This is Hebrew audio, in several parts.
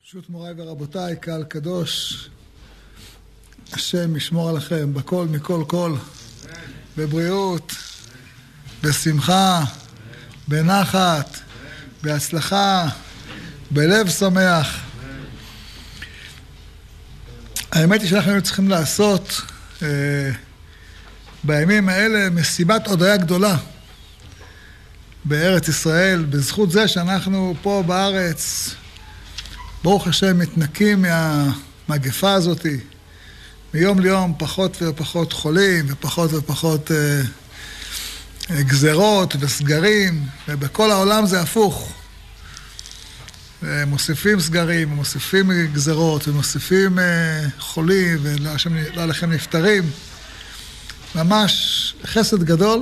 ברשות מוריי ורבותיי, קהל קדוש, השם ישמור עליכם בכל מכל כל, בבריאות, בשמחה, בנחת, בהצלחה, בלב שמח. האמת היא שאנחנו צריכים לעשות בימים האלה מסיבת הודיה גדולה בארץ ישראל, בזכות זה שאנחנו פה בארץ ברוך השם מתנקים מהמגפה הזאת, מיום ליום פחות ופחות חולים ופחות ופחות גזרות וסגרים, ובכל העולם זה הפוך. מוסיפים סגרים, מוסיפים גזרות ומוסיפים חולים ולא עליכם נפטרים. ממש חסד גדול,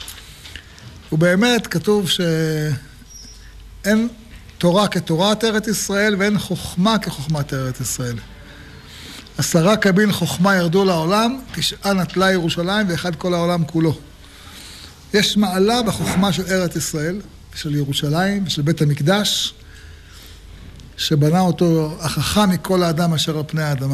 ובאמת כתוב שאין תורה כתורת ארץ ישראל ואין חוכמה כחוכמת ארץ ישראל. 10 קבין חוכמה ירדו לעולם, 9 נטלה ירושלים ואחד כל העולם כולו. יש מעלה בחוכמה של ארץ ישראל, של ירושלים ושל בית המקדש, שבנה אותו החכם מכל האדם אשר על פני האדמה.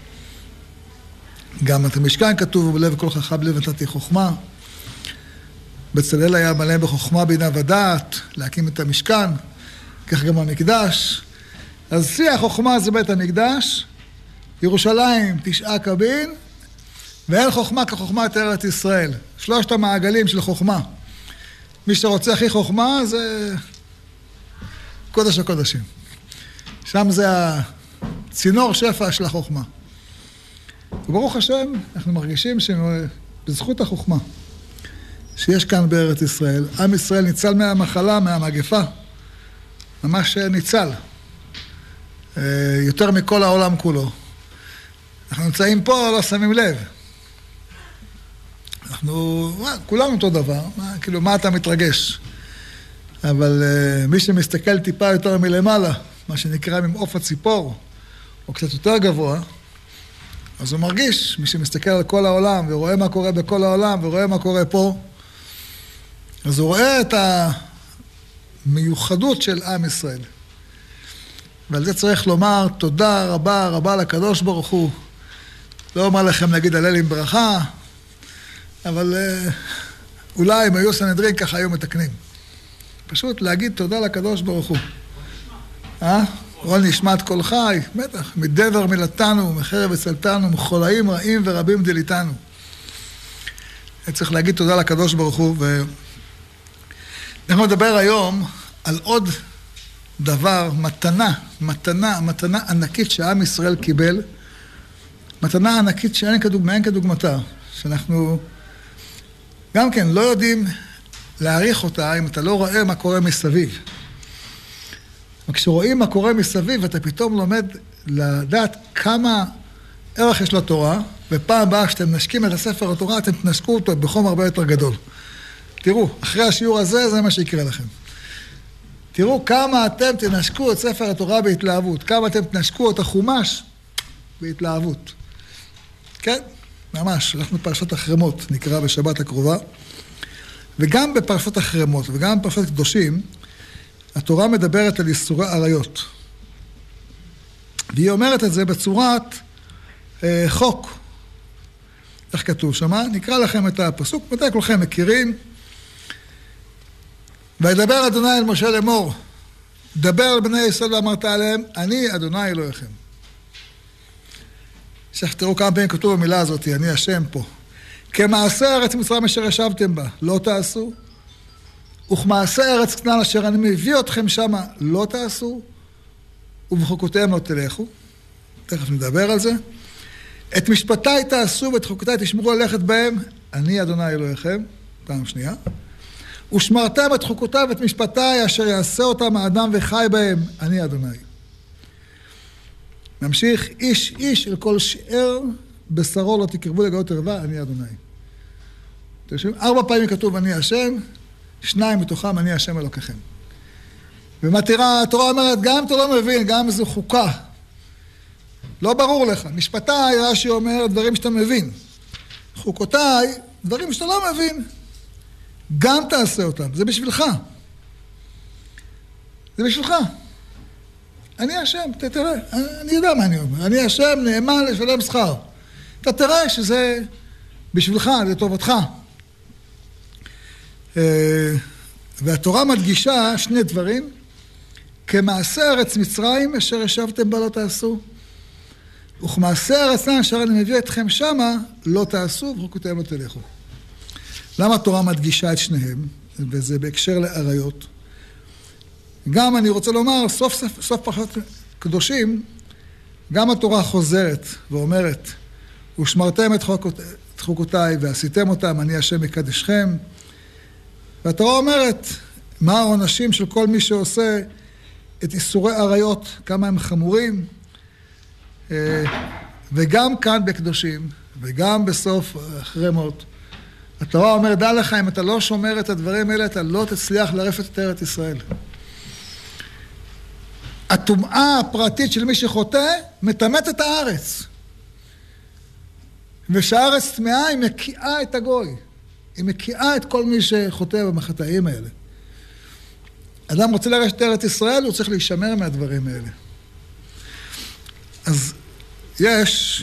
גם את המשכן כתוב, בלב כל חכם בלב נתתי חוכמה. בצלאל היה מלא בחוכמה בינה ודעת, להקים את המשכן, כך גם המקדש. אז שיא החוכמה זה בית המקדש, ירושלים 9 קבין, ואין חוכמה כחוכמת ארץ ישראל. 3 המעגלים של חוכמה. מי שרוצה הכי חוכמה זה קודש הקודשים. שם זה הצינור שפע של החוכמה. וברוך השם, אנחנו מרגישים שבזכות החוכמה שיש כאן בארץ ישראל, עם ישראל ניצל מהמחלה, מהמגפה. ממש ניצל. יותר מכל העולם כולו. אנחנו נמצאים פה, לא שמים לב. אנחנו, כולנו אותו דבר. כאילו, מה אתה מתרגש? אבל מי שמסתכל טיפה יותר מלמעלה, מה שנקרא ממעוף הציפור, או קצת יותר גבוה, אז הוא מרגיש, מי שמסתכל על כל העולם, ורואה מה קורה בכל העולם, ורואה מה קורה פה, אז הוא רואה את המיוחדות של עם ישראל. ועל זה צריך לומר תודה רבה רבה לקדוש ברוך הוא. לא אומר לכם להגיד הלל עם ברכה, אבל אולי אם היו סנהדרין ככה היו מתקנים. פשוט להגיד תודה לקדוש ברוך הוא. רול נשמת כל חי, בטח, מדבר מילתנו, מחרב הצלתנו, מחולאים רעים ורבים דליתנו. צריך להגיד תודה לקדוש ברוך הוא. אנחנו נדבר היום על עוד דבר, מתנה ענקית שעם ישראל קיבל, מתנה ענקית שאין כדוגמתה, שאנחנו גם כן לא יודעים להעריך אותה אם אתה לא רואה מה קורה מסביב. וכשרואים מה קורה מסביב, אתה פתאום לומד לדעת כמה ערך יש לתורה, ופעם הבאה שאתם נשקים את הספר התורה, אתם תנשקו אותו בחום הרבה יותר גדול. תראו, אחרי השיעור הזה, זה מה שיקרה לכם. תראו כמה אתם תנשקו את ספר התורה בהתלהבות, כמה אתם תנשקו את החומש בהתלהבות. כן, ממש, אנחנו בפרשת החרמות, נקרא בשבת הקרובה, וגם בפרשת החרמות וגם בפרשת קדושים, התורה מדברת על איסורי עריות. והיא אומרת את זה בצורת חוק. איך כתוב שמה? נקרא לכם את הפסוק, מתי כולכם מכירים? וידבר אדוני אל משה לאמור, דבר על בני ישראל ואמרת עליהם, אני אדוני אלוהיכם. תראו כמה פעמים כתוב במילה הזאת, אני השם פה. כמעשה ארץ מצרים אשר ישבתם בה, לא תעשו. וכמעשה ארץ כנען אשר אני מביא אתכם שמה, לא תעשו. ובחוקותיהם לא תלכו. תכף נדבר על זה. את משפטיי תעשו ואת חוקותיי תשמרו ללכת בהם, אני אדוני אלוהיכם. פעם שנייה. ושמרתם את חוקותיי ואת משפטיי אשר יעשה אותם האדם וחי בהם, אני אדוני. נמשיך, איש איש אל כל שאר בשרו לא תקרבו לגלות ערווה, אני אדוני. 4 פעמים כתוב אני השם, 2 מתוכם אני השם אלוקיכם. ומתירה, התורה אומרת, גם אם אתה לא מבין, גם אם זו חוקה, לא ברור לך. משפטיי, רש"י אומר, דברים שאתה מבין. חוקותיי, דברים שאתה לא מבין. גם תעשה אותם, זה בשבילך. זה בשבילך. אני השם, תראה, אני יודע מה אני אומר. אני השם נאמן לשלם שכר. אתה תראה שזה בשבילך, לטובתך. והתורה מדגישה שני דברים. כמעשה ארץ מצרים אשר ישבתם בה לא תעשו. וכמעשה ארץ אשר אני מביא אתכם שמה לא תעשו וחוקותיהם לא תלכו. למה התורה מדגישה את שניהם? וזה בהקשר לעריות. גם אני רוצה לומר, סוף פרשת קדושים, גם התורה חוזרת ואומרת, ושמרתם את חוקותיי ועשיתם אותם, אני השם מקדשכם. והתורה אומרת, מה העונשים של כל מי שעושה את איסורי עריות, כמה הם חמורים. וגם כאן בקדושים, וגם בסוף אחרי מות. התורה אומר, דע לך, אם אתה לא שומר את הדברים האלה, אתה לא תצליח לרפת את ארץ ישראל. הטומאה הפרטית של מי שחוטא, מטמאת את הארץ. ושהארץ טמאה היא מקיאה את הגוי. היא מקיאה את כל מי שחוטא במחטאים האלה. אדם רוצה לרשת את ארץ ישראל, הוא צריך להישמר מהדברים האלה. אז יש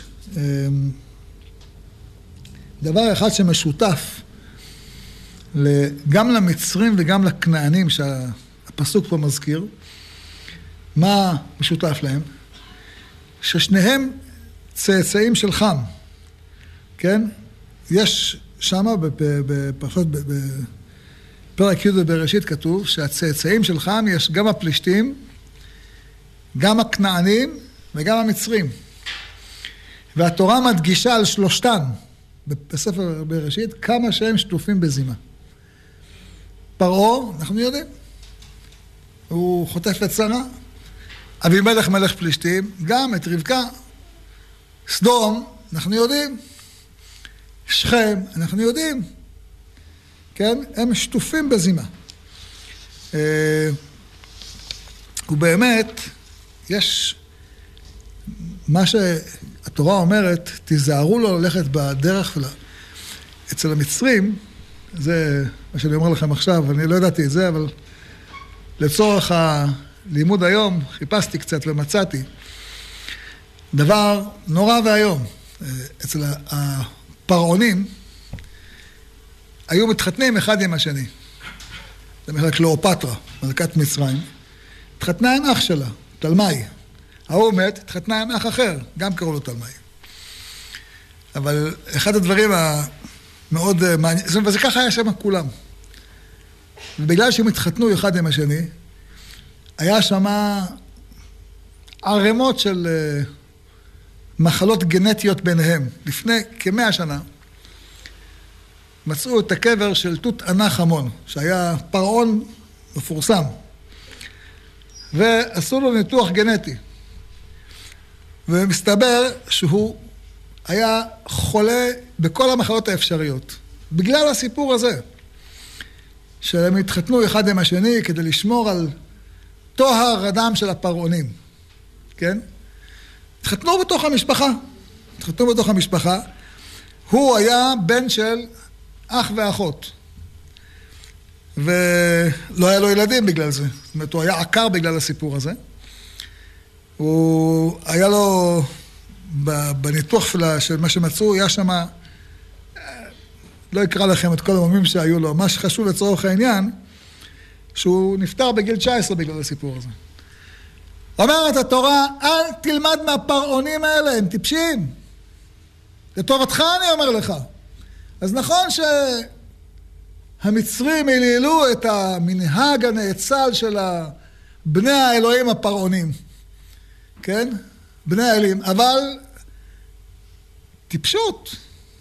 דבר אחד שמשותף גם למצרים וגם לכנענים שהפסוק פה מזכיר. מה משותף להם? ששניהם צאצאים של חם, כן? יש שמה בפרק י' בראשית כתוב שהצאצאים של חם יש גם הפלישתים, גם הכנענים וגם המצרים. והתורה מדגישה על שלושתם בספר בראשית כמה שהם שטופים בזימה. פרעה, אנחנו יודעים, הוא חוטף את שרה. אבימלך מלך פלישתים, גם את רבקה. סדום, אנחנו יודעים. שכם, אנחנו יודעים. כן? הם שטופים בזימה. ובאמת, יש מה שהתורה אומרת, תיזהרו לו ללכת בדרך אצל המצרים, זה מה שאני אומר לכם עכשיו, אני לא ידעתי את זה, אבל לצורך הלימוד היום חיפשתי קצת ומצאתי דבר נורא והיום. אצל הפרעונים היו מתחתנים אחד עם השני. זה בכלל קליאופטרה, מלכת מצרים. התחתנה עם אח שלה, תלמי. ההוא מת, התחתנה עם אח אחר, גם קראו לו תלמי. אבל אחד הדברים המאוד מעניין, וזה ככה היה שם כולם. ובגלל שהם התחתנו אחד עם השני, היה שם ערימות של מחלות גנטיות ביניהם. לפני כ100 שנה, מצאו את הקבר של תות ענך המון, שהיה פרעון מפורסם. ועשו לו ניתוח גנטי. ומסתבר שהוא היה חולה בכל המחלות האפשריות. בגלל הסיפור הזה, שהם התחתנו אחד עם השני כדי לשמור על טוהר הדם של הפרעונים. כן? התחתנו בתוך המשפחה. הוא היה בן של אח ואחות. ולא היה לו ילדים בגלל זה. זאת אומרת, הוא היה עקר בגלל הסיפור הזה. הוא היה לו, בניתוח של מה שמצאו, היה שם, לא אקרא לכם את כל המומים שהיו לו, מה שחשוב לצורך העניין, שהוא נפטר בגיל 19 בגלל הסיפור הזה. אומרת התורה, אל תלמד מהפרעונים האלה, הם טיפשים. לטובתך אני אומר לך. אז נכון שהמצרים היללו את המנהג הנאצל של בני האלוהים הפרעונים. כן? בני האלים. אבל טיפשות.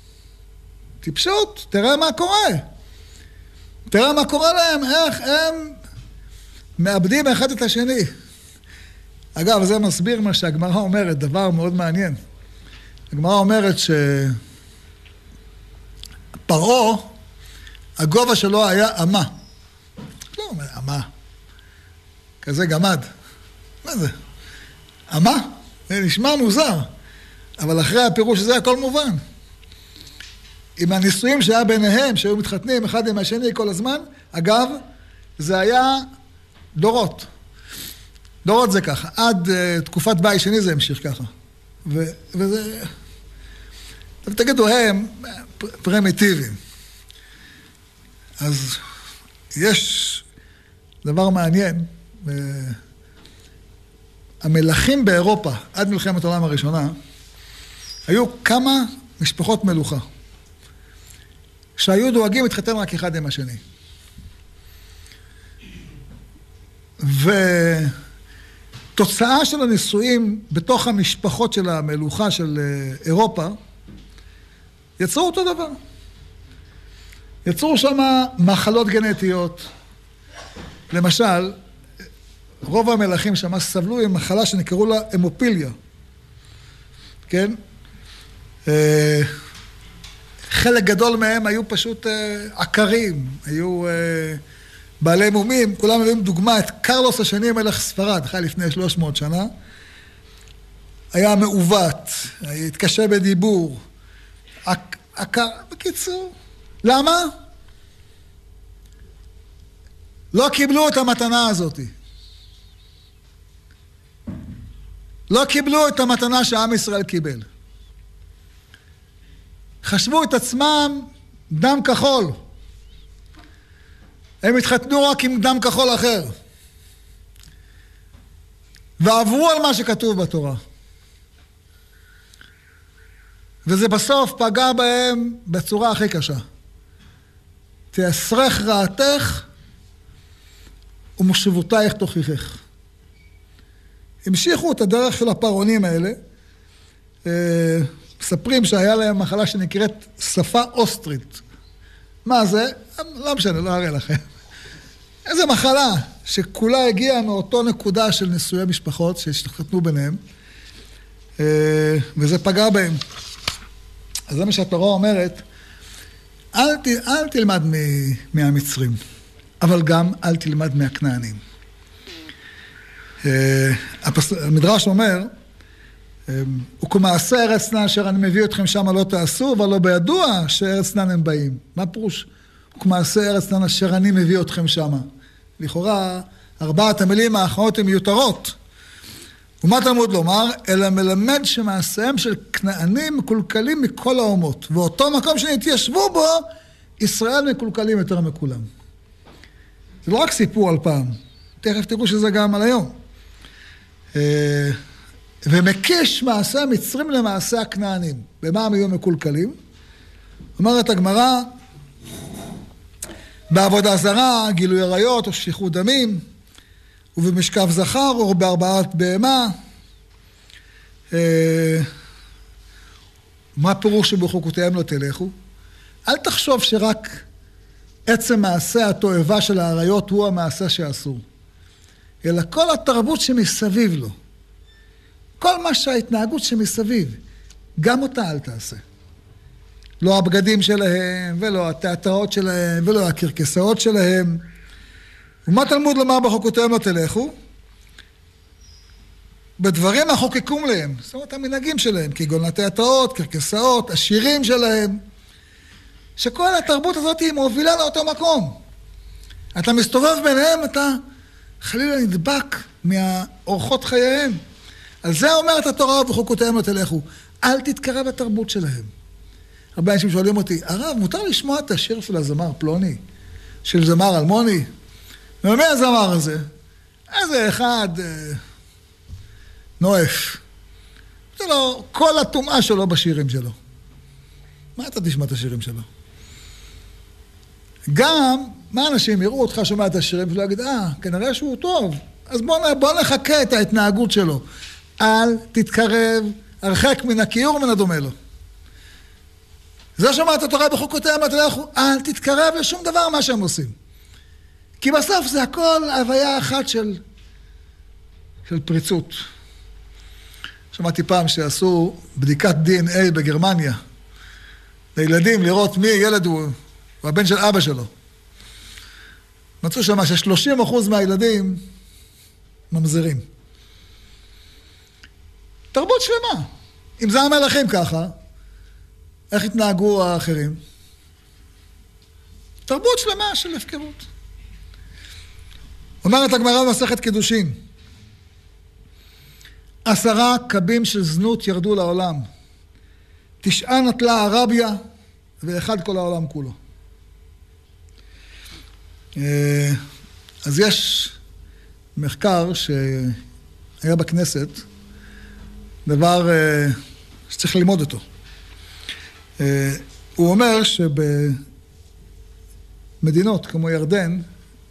תראה מה קורה. תראה מה קורה להם, איך הם מאבדים אחד את השני. אגב, זה מסביר מה שהגמרא אומרת, דבר מאוד מעניין. הגמרא אומרת שפרעה, הגובה שלו היה אמה. לא אומר, אמה. כזה גמד. מה זה? אמה? זה נשמע מוזר. אבל אחרי הפירוש הזה הכל מובן. עם הניסויים שהיה ביניהם, שהיו מתחתנים אחד עם השני כל הזמן, אגב, זה היה דורות. דורות זה ככה, עד תקופת בית שני זה המשיך ככה. וזה... תגידו, הם פרימיטיביים. אז יש דבר מעניין, המלכים באירופה, עד מלחמת העולם הראשונה, היו כמה משפחות מלוכה, שהיו דואגים להתחתן רק אחד עם השני. ותוצאה של הנישואים בתוך המשפחות של המלוכה של אירופה, יצרו אותו דבר. יצרו שם מחלות גנטיות. למשל, רוב המלכים שם סבלו עם מחלה שנקראו לה המופיליה. כן? חלק גדול מהם היו פשוט עקרים, היו בעלי מומים. כולם מביאים דוגמה את קרלוס השני, מלך ספרד, חי לפני 300 שנה. היה מעוות, התקשה בדיבור. בקיצור, למה? לא קיבלו את המתנה הזאת. לא קיבלו את המתנה שעם ישראל קיבל. חשבו את עצמם דם כחול. הם התחתנו רק עם דם כחול אחר. ועברו על מה שכתוב בתורה. וזה בסוף פגע בהם בצורה הכי קשה. תאסרך רעתך ומושבותייך תוכיחך. המשיכו את הדרך של הפרעונים האלה. מספרים שהיה להם מחלה שנקראת שפה אוסטרית. מה זה? לא משנה, לא אראה לכם. איזו מחלה שכולה הגיעה מאותו נקודה של נישואי משפחות שהשתחתנו ביניהם, וזה פגע בהם. אז זה מה שהתורה אומרת, אל תלמד מהמצרים, אבל גם אל תלמד מהכנענים. המדרש אומר, וכמעשה ארץ כנען אשר אני מביא אתכם שם לא תעשו, אבל לא בידוע שארץ כנען הם באים. מה פירוש? וכמעשה ארץ כנען אשר אני מביא אתכם שם. לכאורה, 4 המילים האחרונות הן מיותרות. ומה תלמוד לומר? אלא מלמד שמעשיהם של כנענים מקולקלים מכל האומות. ואותו מקום שנתיישבו בו, ישראל מקולקלים יותר מכולם. זה לא רק סיפור על פעם. תכף תראו שזה גם על היום. ומקיש מעשה המצרים למעשה הכנענים. במה הם היו מקולקלים? אומרת הגמרא, בעבודה זרה, גילוי עריות או שפיכות דמים, ובמשכב זכר או בהרבעת בהמה. מה פירוש שבחוקותיהם לא תלכו? אל תחשוב שרק עצם מעשה התועבה של העריות הוא המעשה שאסור, אלא כל התרבות שמסביב לו. כל מה שההתנהגות שמסביב, גם אותה אל תעשה. לא הבגדים שלהם, ולא התיאטראות שלהם, ולא הקרקסאות שלהם. ומה תלמוד לומר בחוקותיהם לא תלכו? בדברים החוקקום להם, זאת אומרת המנהגים שלהם, כגון התיאטראות, קרקסאות, השירים שלהם, שכל התרבות הזאת היא מובילה לאותו מקום. אתה מסתובב ביניהם, אתה חלילה נדבק מהאורחות חייהם. על זה אומרת התורה ובחוקותיהם לא תלכו. אל תתקרב לתרבות שלהם. הרבה אנשים שואלים אותי, הרב, מותר לשמוע את השיר של הזמר פלוני, של זמר אלמוני? ומי הזמר הזה? איזה אחד נואף. זה לא, כל הטומאה שלו בשירים שלו. מה אתה תשמע את השירים שלו? גם, מה אנשים יראו אותך שומע את השירים ולא יגיד, כנראה שהוא טוב, אז בוא נחכה את ההתנהגות שלו. אל תתקרב, הרחק מן הכיעור ומן הדומה לו. זה שומעת התורה בחוקותיהם, אל תתקרב לשום דבר מה שהם עושים. כי בסוף זה הכל הוויה אחת של פריצות. שמעתי פעם שעשו בדיקת DNA בגרמניה, לילדים לראות מי ילד הוא הבן של אבא שלו. מצאו שמה ש30% מהילדים ממזרים. תרבות שלמה. אם זה המלכים ככה, איך התנהגו האחרים? תרבות שלמה של הפקרות. אומרת הגמרא במסכת קידושין, 10 קבים של זנות ירדו לעולם. 9 נטלה ערביה, ו1 כל העולם כולו. אז יש מחקר שהיה בכנסת, דבר שצריך ללמוד אותו. הוא אומר שבמדינות כמו ירדן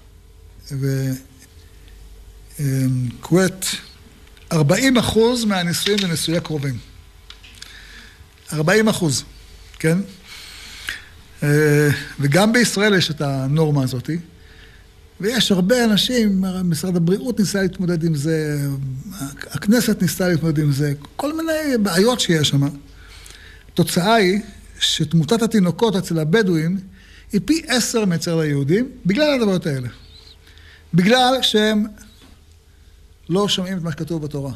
וכווית, 40% מהנישואים זה נישואי קרובים. 40%, כן? וגם בישראל יש את הנורמה הזאת, ויש הרבה אנשים, משרד הבריאות ניסה להתמודד עם זה, הכנסת ניסה להתמודד עם זה, כל מיני בעיות שיש שם. התוצאה היא שתמותת התינוקות אצל הבדואים היא פי 10 מאצל היהודים, בגלל הדברות האלה. בגלל שהם לא שומעים את מה שכתוב בתורה.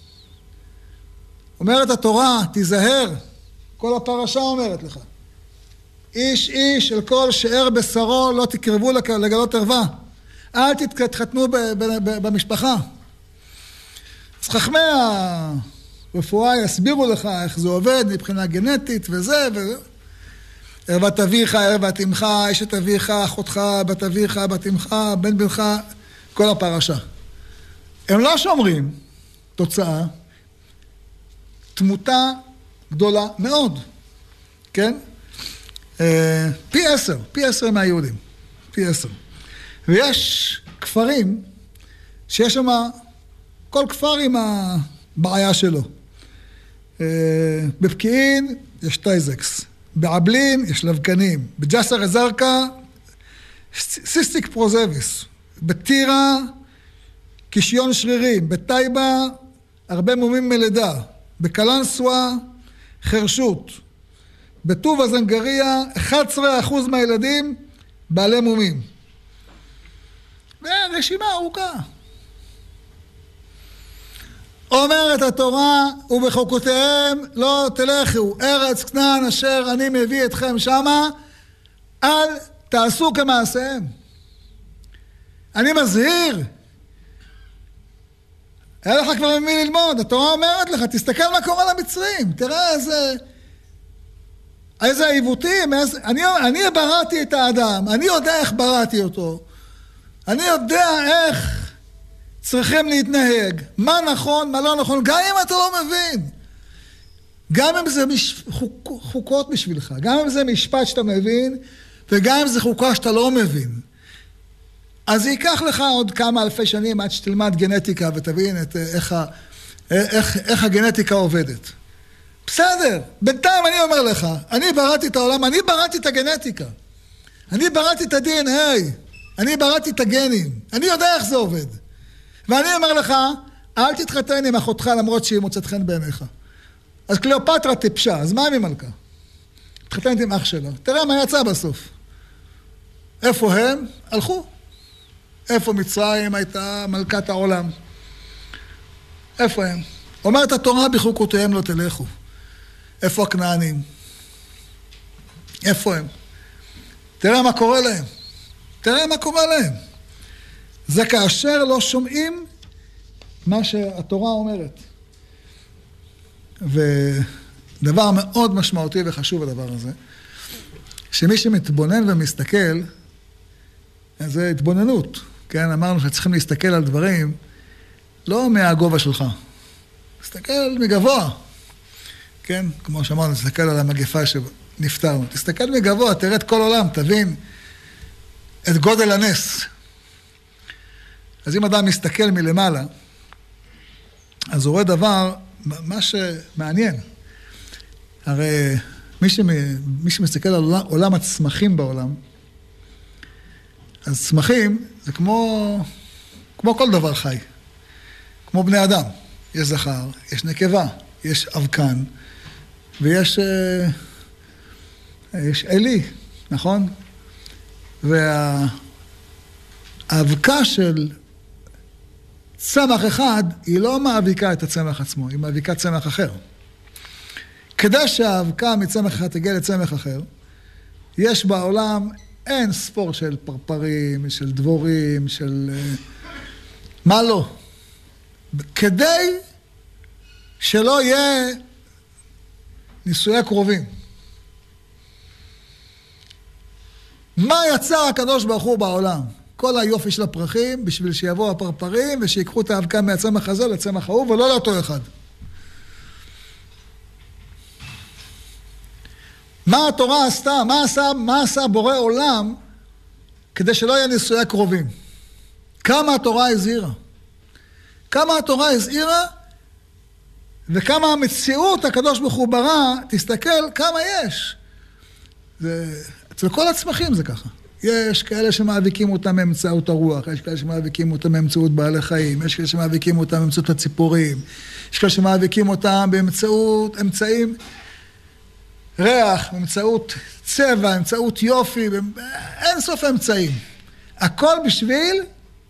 אומרת התורה, תיזהר, כל הפרשה אומרת לך. איש איש אל כל שאר בשרו לא תקרבו לגלות ערווה. אל תתחתנו במשפחה. אז חכמי הרפואה יסבירו לך איך זה עובד מבחינה גנטית וזה. ערוות אביך, ערוות אמך, אשת אביך, אחותך, בת אביך, בת אמך, בן בנך, כל הפרשה. הם לא שומרים, תוצאה, תמותה גדולה מאוד, כן? פי 10 מהיהודים, פי 10. ויש כפרים שיש שם, כל כפר עם הבעיה שלו. בפקיעין יש טייזקס, בעבלין יש לבקנים, בג'סר א-זרקא סיסטיק פרוזביס, בטירה קישיון שרירים, בטייבה הרבה מומים מלידה, בקלנסווה חרשות, בטובא זנגריה 11% מהילדים בעלי מומים. ורשימה ארוכה. אומרת התורה, ובחוקותיהם לא תלכו, ארץ כנען אשר אני מביא אתכם שמה, אל תעשו כמעשיהם. אני מזהיר. היה לך כבר ממי ללמוד, התורה אומרת לך, תסתכל מה קורה למצרים, תראה איזה עיוותים, אני בראתי את האדם, אני יודע איך בראתי אותו, אני יודע איך צריכים להתנהג, מה נכון, מה לא נכון, גם אם אתה לא מבין, גם אם זה חוקות בשבילך, גם אם זה משפט שאתה מבין, וגם אם זה חוקה שאתה לא מבין. אז זה ייקח לך עוד כמה אלפי שנים עד שתלמד גנטיקה ותבין את איך הגנטיקה עובדת. בסדר, בינתיים אני אומר לך, אני בראתי את העולם, אני בראתי את הגנטיקה, אני בראתי את ה-DNA, אני בראתי את הגנים, אני יודע איך זה עובד. ואני אומר לך, אל תתחתן עם אחותך למרות שהיא מוצאת חן בעיניך. אז קליאופטרה טיפשה, אז מה היא מלכה? התחתנת עם אח שלה, תראה מה יצא בסוף. איפה הם? הלכו. איפה מצרים הייתה מלכת העולם? איפה הם? אומרת התורה, בחוקותיהם לא תלכו. איפה הכנענים? איפה הם? תראה מה קורה להם. תראה מה קורה להם. זה כאשר לא שומעים מה שהתורה אומרת. ודבר מאוד משמעותי וחשוב הדבר הזה, שמי שמתבונן ומסתכל, זה התבוננות. כן, אמרנו שצריכים להסתכל על דברים לא מהגובה שלך. תסתכל מגבוה. כן, כמו שאמרנו, תסתכל על המגפה שנפטרנו. תסתכל מגבוה, תראה את כל עולם, תבין את גודל הנס. אז אם אדם מסתכל מלמעלה, אז הוא רואה דבר, מה שמעניין. הרי מי שמסתכל על עולם הצמחים בעולם, אז צמחים זה כמו כל דבר חי. כמו בני אדם. יש זכר, יש נקבה, יש אבקן, ויש אלי, נכון? והאבקה של צמח אחד, היא לא מאביקה את הצמח עצמו, היא מאביקה צמח אחר. כדי שהאבקה מצמח אחד תגיע לצמח אחר, יש בעולם אין ספור של פרפרים, של דבורים, של מה לא. כדי שלא יהיה נישואי קרובים. מה יצר הקדוש ברוך הוא בעולם? כל היופי של הפרחים, בשביל שיבואו הפרפרים ושיקחו את האבקה מהצמח הזה לצמח ההוא, ולא לאותו אחד. מה התורה עשתה? מה עשה בורא עולם כדי שלא יהיה נישואי קרובים? כמה התורה הזהירה? כמה התורה הזהירה וכמה המציאות הקדוש ברוך הוא ברא, תסתכל כמה יש. אצל כל הצמחים זה ככה. יש כאלה שמאביקים אותם באמצעות הרוח, יש כאלה שמאביקים אותם באמצעות בעלי חיים, יש כאלה שמאביקים אותם באמצעות הציפורים, יש כאלה שמאביקים אותם באמצעות אמצעים ריח, באמצעות צבע, באמצעות יופי, אין סוף אמצעים. הכל בשביל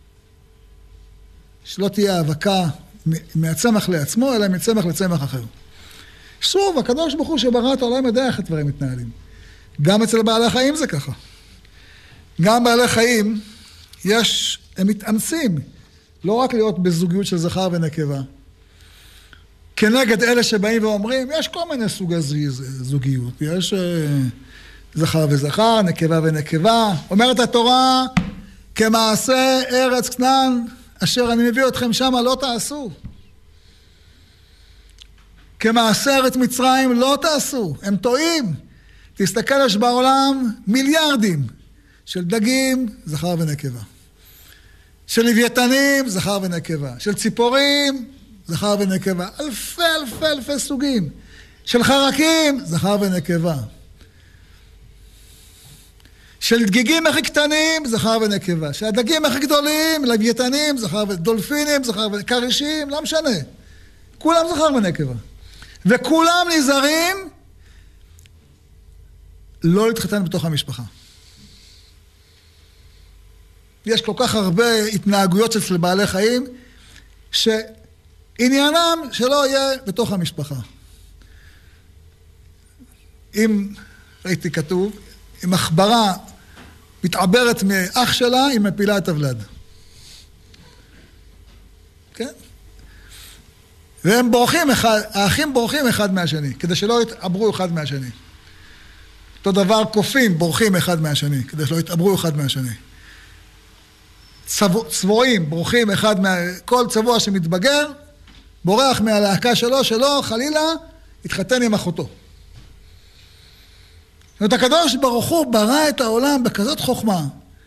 שלא תהיה האבקה מהצמח לעצמו, אלא מצמח לצמח אחר. שוב, הקדוש ברוך הוא שברא את העולם יודע איך הדברים מתנהלים. גם אצל בעלי חיים זה ככה. גם בעלי חיים, הם מתאמצים, לא רק להיות בזוגיות של זכר ונקבה. כנגד אלה שבאים ואומרים, יש כל מיני סוגי זוגיות. יש זכר וזכר, נקבה ונקבה. אומרת התורה, כמעשה ארץ כנען, אשר אני מביא אתכם שם, לא תעשו. כמעשה ארץ מצרים, לא תעשו. הם טועים. תסתכל, יש בעולם מיליארדים של דגים, זכר ונקבה. של לוויתנים, זכר ונקבה. של ציפורים, זכר ונקבה. אלפי סוגים. של חרקים, זכר ונקבה. של דגיגים הכי קטנים, זכר ונקבה. של הדגים הכי גדולים, לוויתנים, זכר ונקבה. דולפינים, זכר ונקבה. קרישים, לא משנה. כולם זכר ונקבה. וכולם נזהרים לא להתחתן בתוך המשפחה. יש כל כך הרבה התנהגויות אצל בעלי חיים, שעניינם שלא יהיה בתוך המשפחה. אם, ראיתי כתוב, אם עכברה מתעברת מאח שלה, היא מפילה את הוולד. כן? והם בורחים, האחים בורחים אחד מהשני, כדי שלא יתעברו אחד מהשני. אותו דבר קופים בורחים אחד מהשני, כדי שלא יתעברו אחד מהשני. צבועים בורחים כל צבוע שמתבגר, בורח מהלהקה שלו, חלילה, התחתן עם אחותו. זאת אומרת, הקדוש ברוך הוא ברא את העולם בכזאת חוכמה.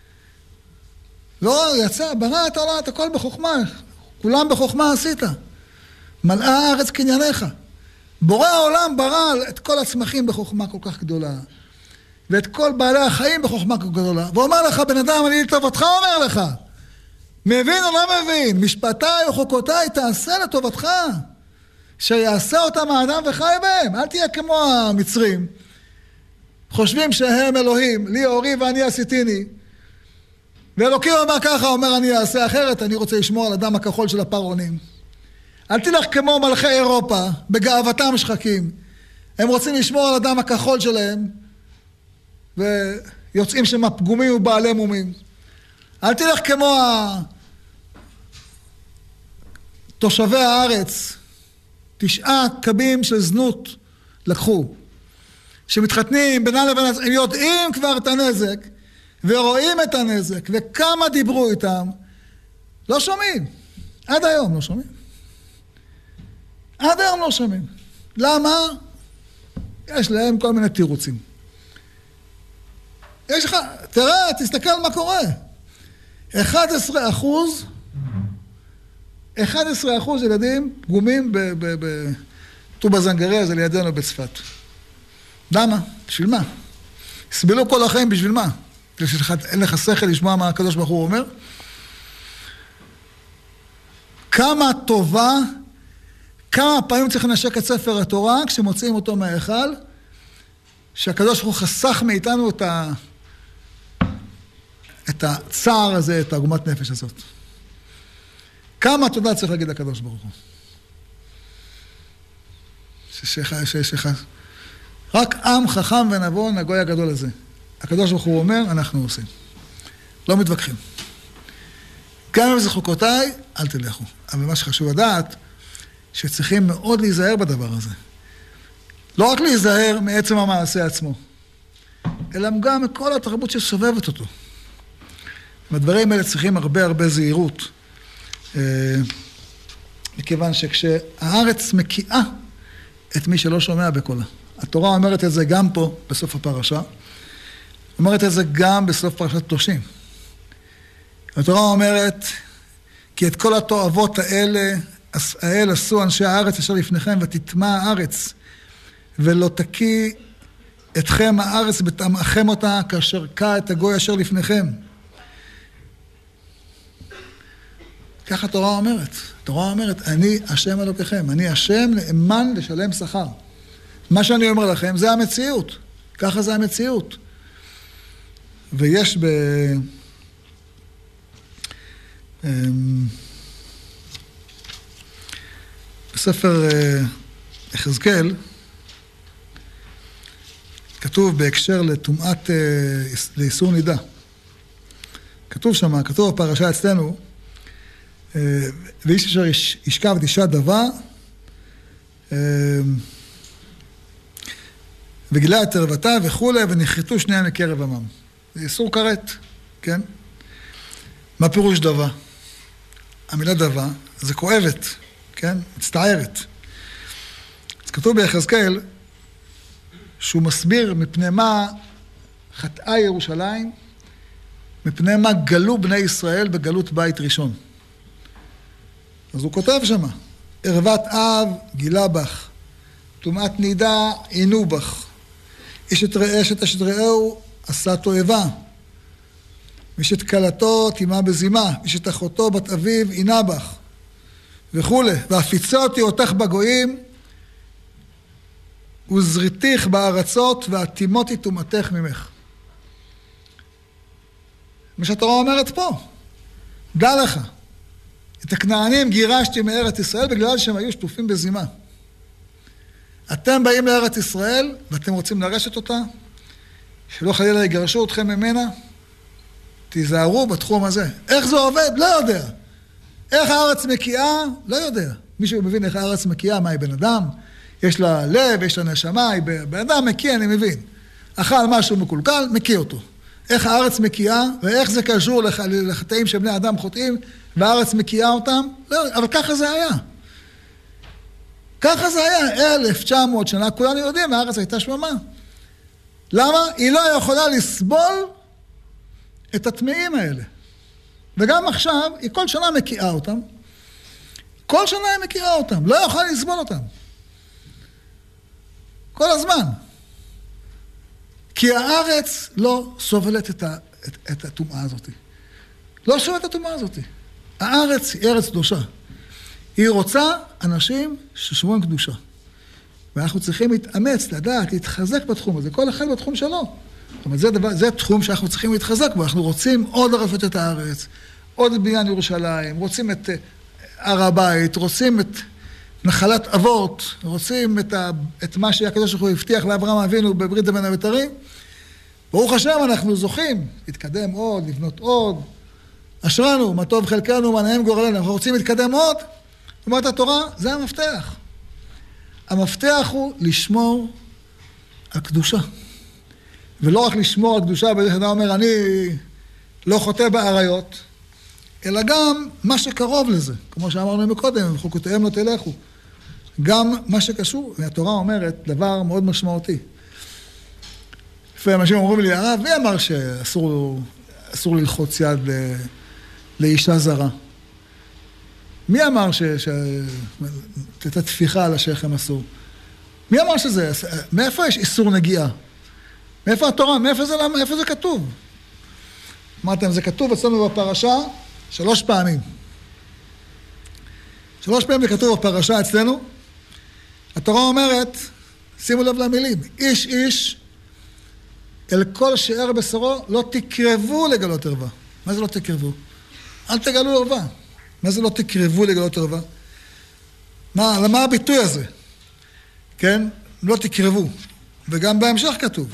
לא יצא, ברא את העולם, את הכל בחוכמה. כולם בחוכמה עשית. מלאה הארץ קנייניך. בורא העולם ברא את כל הצמחים בחוכמה כל כך גדולה. ואת כל בעלי החיים בחוכמה כל כך גדולה. ואומר לך, בן אדם, אני לטובתך אומר לך. מבין או לא מבין? משפטיי וחוקותיי תעשה לטובתך. שיעשה אותם האדם וחי בהם. אל תהיה כמו המצרים. חושבים שהם אלוהים, לי אורי ואני עשיתיני. ואלוקים אומר ככה, אומר אני אעשה אחרת, אני רוצה לשמור על הדם הכחול של הפרעונים. אל תלך כמו מלכי אירופה, בגאוותם שחקים. הם רוצים לשמור על הדם הכחול שלהם, ויוצאים שם פגומים ובעלי מומים. אל תלך כמו תושבי הארץ, 9 קבים של זנות לקחו. שמתחתנים בינה לבין, הם יודעים כבר את הנזק, ורואים את הנזק, וכמה דיברו איתם, לא שומעים. עד היום לא שומעים. עד היום לא שומעים. למה? יש להם כל מיני תירוצים. יש לך, תראה, תסתכל מה קורה. 11% ילדים פגומים בטובה זנגריה, זה לידינו בצפת. למה? בשביל מה? הסבלו כל החיים בשביל מה? אין לך שכל לשמוע מה הקדוש ברוך הוא אומר? כמה טובה, כמה פעמים צריך לנשק את ספר התורה כשמוצאים אותו מההיכל, שהקדוש ברוך הוא חסך מאיתנו את הצער הזה, את העגמת נפש הזאת. כמה תודה צריך להגיד לקדוש ברוך הוא? שיש רק עם חכם ונבון, הגוי הגדול הזה. הקדוש ברוך הוא אומר, אנחנו עושים. לא מתווכחים. גם אם זה חוקותיי, אל תלכו. אבל מה שחשוב לדעת, שצריכים מאוד להיזהר בדבר הזה. לא רק להיזהר מעצם המעשה עצמו, אלא גם מכל התרבות שסובבת אותו. והדברים האלה צריכים הרבה זהירות, מכיוון שכשהארץ מקיאה את מי שלא שומע בקולה. התורה אומרת את זה גם פה, בסוף הפרשה, אומרת את זה גם בסוף פרשת קדושים. התורה אומרת, כי את כל התועבות האלה עשו אנשי הארץ אשר לפניכם, ותטמע הארץ, ולא תקיא אתכם הארץ בטמאכם אותה, כאשר קע את הגוי אשר לפניכם. כך התורה אומרת. התורה אומרת, אני השם אלוקיכם, אני השם נאמן לשלם שכר. מה שאני אומר לכם זה המציאות. ככה זה המציאות. ויש בספר יחזקאל, כתוב בהקשר לטומאת, לאיסור נידה. כתוב שם, כתוב בפרשה אצלנו, ואיש אשר ישכב את אישה דבה, וגילה את ערוותה וכו', ונכרתו שניהם מקרב עמם. זה איסור כרת, כן? מה פירוש דבה? המילה דבה זה כואבת, כן? מצטערת. אז כתוב ביחזקאל, שהוא מסביר מפני מה חטאה ירושלים, מפני מה גלו בני ישראל בגלות בית ראשון. אז הוא כותב שמה, ערוות אב גילה בך, טומאת נידה עינו בך, איש את אשת רעהו עשה תועבה, איש את כלתו תימה בזימה, איש את אחותו בת אביו עינה בך, וכו'. והפיצותי אותך בגויים, וזריתיך בארצות, והתימותי טומאתך ממך. מה שהתורה אומרת פה, דע לך, את הכנענים גירשתי מארץ ישראל בגלל שהם היו שטופים בזימה. אתם באים לארץ ישראל ואתם רוצים לרשת אותה, שלא חלילה יגרשו אתכם ממנה, תיזהרו בתחום הזה. איך זה עובד? לא יודע. איך הארץ מקיאה? לא יודע. מישהו מבין איך הארץ מקיאה? מה היא בן אדם? יש לה לב, יש לה נשמה, היא בן אדם מקיא, אני מבין. אכל משהו מקולקל, מקיא אותו. איך הארץ מקיאה, ואיך זה קשור לחטאים שבני אדם חוטאים, והארץ מקיאה אותם? לא, אבל ככה זה היה. ככה זה היה, 1900 שנה, כולנו יודעים, הארץ הייתה שממה. למה? היא לא יכולה לסבול את הטמאים האלה. וגם עכשיו, היא כל שנה מקיאה אותם. כל שנה היא מקיאה אותם, לא יכולה לסבול אותם. כל הזמן. כי הארץ לא סובלת את הטומאה הזאת. לא סובלת את הטומאה הזאת. הארץ היא ארץ קדושה. היא רוצה אנשים ששמורים קדושה. ואנחנו צריכים להתאמץ, לדעת, להתחזק בתחום הזה, כל אחד בתחום שלו. זאת אומרת, זה תחום שאנחנו צריכים להתחזק בו. אנחנו רוצים עוד לרפות את הארץ, עוד את בניין ירושלים, רוצים את הר הבית, רוצים את נחלת אבות, רוצים את מה שהקדוש ברוך הוא הבטיח לאברהם אבינו בברית בין הבתרים. ברוך השם, אנחנו זוכים להתקדם עוד, לבנות עוד. אשרנו, מה טוב חלקנו, מה נעים גורלנו. אנחנו רוצים להתקדם עוד. זאת אומרת, התורה, זה המפתח. המפתח הוא לשמור על קדושה. ולא רק לשמור על קדושה, בדרך כלל אומר, אני לא חוטא בעריות, אלא גם מה שקרוב לזה. כמו שאמרנו מקודם, חוקותיהם לא תלכו. גם מה שקשור, והתורה אומרת דבר מאוד משמעותי. לפעמים אנשים אומרים לי, הרב, מי אמר שאסור ללחוץ יד לאישה זרה? מי אמר את התפיחה על השכם אסור? מי אמר שזה? מאיפה יש איסור נגיעה? מאיפה התורה? מאיפה זה כתוב? אמרתם, זה כתוב אצלנו בפרשה 3 פעמים. 3 פעמים זה כתוב בפרשה אצלנו. התורה אומרת, שימו לב למילים, איש איש אל כל שאר בשרו לא תקרבו לגלות ערווה. מה זה לא תקרבו? אל תגלו ערווה. מה זה לא תקרבו לגלות ערווה? למה הביטוי הזה? כן? לא תקרבו. וגם בהמשך כתוב.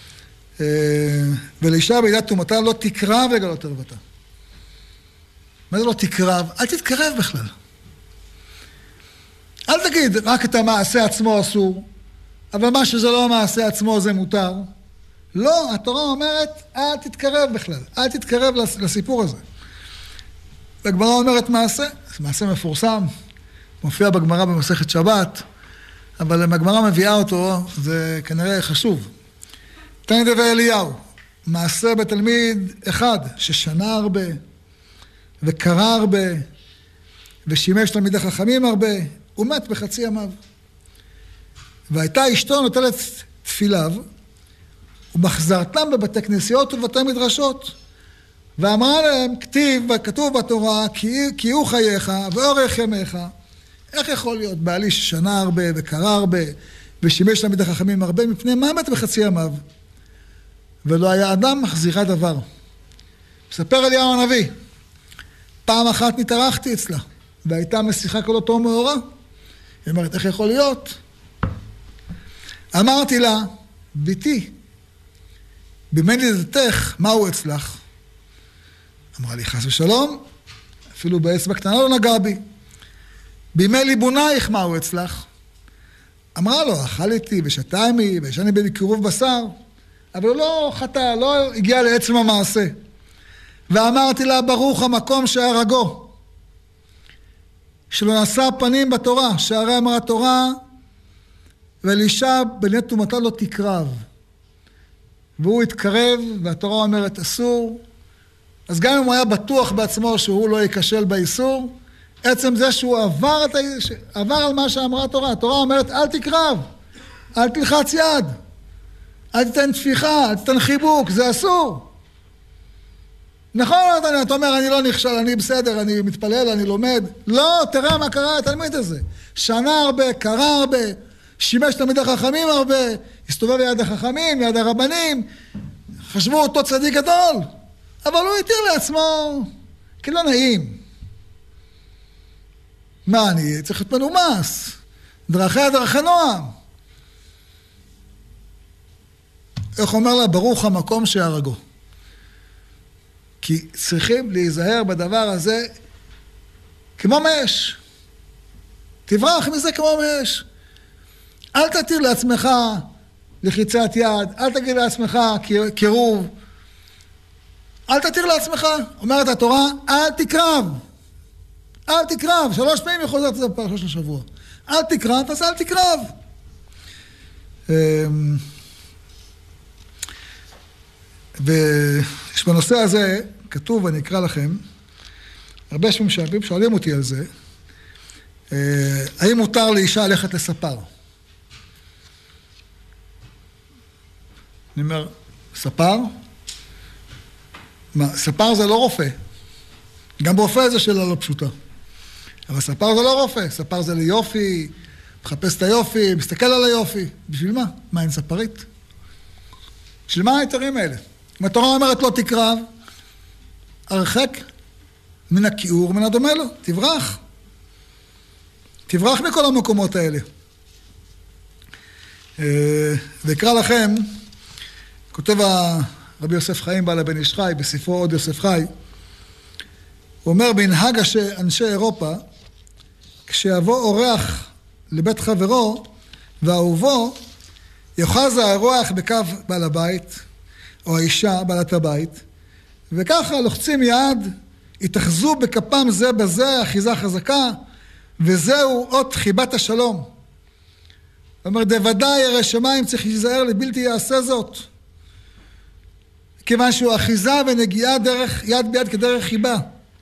ולאישה בעידת טומאתה לא תקרב לגלות ערוותה. מה זה לא תקרב? אל תתקרב בכלל. אל תגיד, רק את המעשה עצמו אסור, אבל מה שזה לא המעשה עצמו זה מותר. לא, התורה אומרת, אל תתקרב בכלל, אל תתקרב לסיפור הזה. והגמרא אומרת מעשה, מעשה מפורסם, מופיע בגמרא במסכת שבת, אבל אם הגמרא מביאה אותו, זה כנראה חשוב. תניא דבי אליהו, מעשה בתלמיד אחד, ששנה הרבה, וקרא הרבה, ושימש תלמידי חכמים הרבה, הוא מת בחצי ימיו. והייתה אשתו נוטלת תפיליו, ומחזרתם בבתי כנסיות ובבתי מדרשות. ואמרה להם, כתוב בתורה, כי הוא חייך ואורך ימיך. איך יכול להיות בעלי ששנה הרבה וקרא הרבה, ושימש תלמידי חכמים הרבה, מפני מה מת בחצי ימיו? ולא היה אדם מחזירה דבר. מספר אליהו הנביא, פעם אחת נתארחתי אצלה, והייתה משיחה כל אותו מאורע. היא אומרת, איך יכול להיות? אמרתי לה, ביתי, בימי לידתך, מהו אצלך? אמרה לי, חס ושלום, אפילו באצבע קטנה לא נגע בי. בימי ליבונייך, מהו אצלך? אמרה לו, אכל איתי ושתה עמי וישן לי בקירוב בשר, אבל הוא לא חטא, לא הגיע לעצם המעשה. ואמרתי לה, ברוך המקום שהרגו, שלא נשא פנים בתורה, שהרי אמרה תורה, ואלישע בני תומתה לא תקרב. והוא התקרב, והתורה אומרת אסור. אז גם אם הוא היה בטוח בעצמו שהוא לא ייכשל באיסור, עצם זה שהוא עבר על מה שאמרה התורה. התורה אומרת, אל תקרב, אל תלחץ יד, אל תתן תפיחה, אל תתן חיבוק, זה אסור. נכון, אתה אומר, אני לא נכשל, אני בסדר, אני מתפלל, אני לומד. לא, תראה מה קרה לתלמיד הזה. שנה הרבה, קרא הרבה, שימש תלמידי חכמים הרבה, הסתובב ליד החכמים, ליד הרבנים, חשבו אותו צדיק גדול, אבל הוא התיר לעצמו, כי לא נעים. מה, אני צריך להיות מנומס, דרכי נועם. איך אומר לה, ברוך המקום שהרגו. כי צריכים להיזהר בדבר הזה כמו מאש. תברח מזה כמו מאש. אל תתיר לעצמך לחיצת יד, אל תגיד לעצמך קירוב. אל תתיר לעצמך, אומרת התורה, אל תקרב. אל תקרב, 3 פעמים חוזרת את זה בפרשה של השבוע. אל תקרב, אז אל תקרב. ויש בנושא הזה, כתוב, אני אקרא לכם, הרבה שמים שואלים אותי על זה, האם מותר לאישה ללכת לספר? אני אומר, ספר? מה, ספר זה לא רופא. גם ברופא זה שאלה לא פשוטה. אבל ספר זה לא רופא, ספר זה ליופי, מחפש את היופי, מסתכל על היופי. בשביל מה? מה, אין ספרית? בשביל מה היתרים האלה? אם התורה אומרת לא תקרב, הרחק מן הכיעור, מן הדומה לו, תברח. תברח מכל המקומות האלה. ויקרא לכם, כותב רבי יוסף חיים בעל הבן איש חי, בספרו עוד יוסף חי, הוא אומר, מנהג אנשי אירופה, כשיבוא אורח לבית חברו, ואהובו, יוחז האורח בכף בעל הבית, או האישה, בעלת הבית, וככה לוחצים יד, יתאחזו בכפם זה בזה, אחיזה חזקה, וזהו אות חיבת השלום. הוא אומר, דוודאי ירא שמיים צריך להיזהר לבלתי יעשה זאת. כיוון שהוא אחיזה ונגיעה דרך יד ביד כדרך חיבה.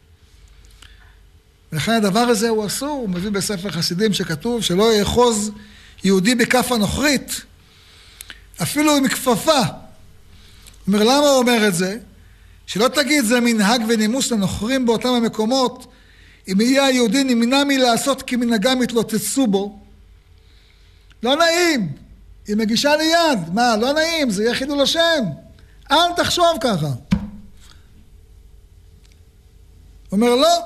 ולכן הדבר הזה הוא אסור, הוא מביא בספר חסידים שכתוב שלא יאחוז יהודי בכף הנוכרית, אפילו עם כפפה. אומר, למה הוא אומר את זה? שלא תגיד זה מנהג ונימוס לנוכרים באותם המקומות, אם יהיה היהודי נמנע מלעשות כמנהגם יתלוצצו בו. לא נעים, היא מגישה לי יד, מה, לא נעים, זה יהיה חילול השם. אל תחשוב ככה. אומר, לא.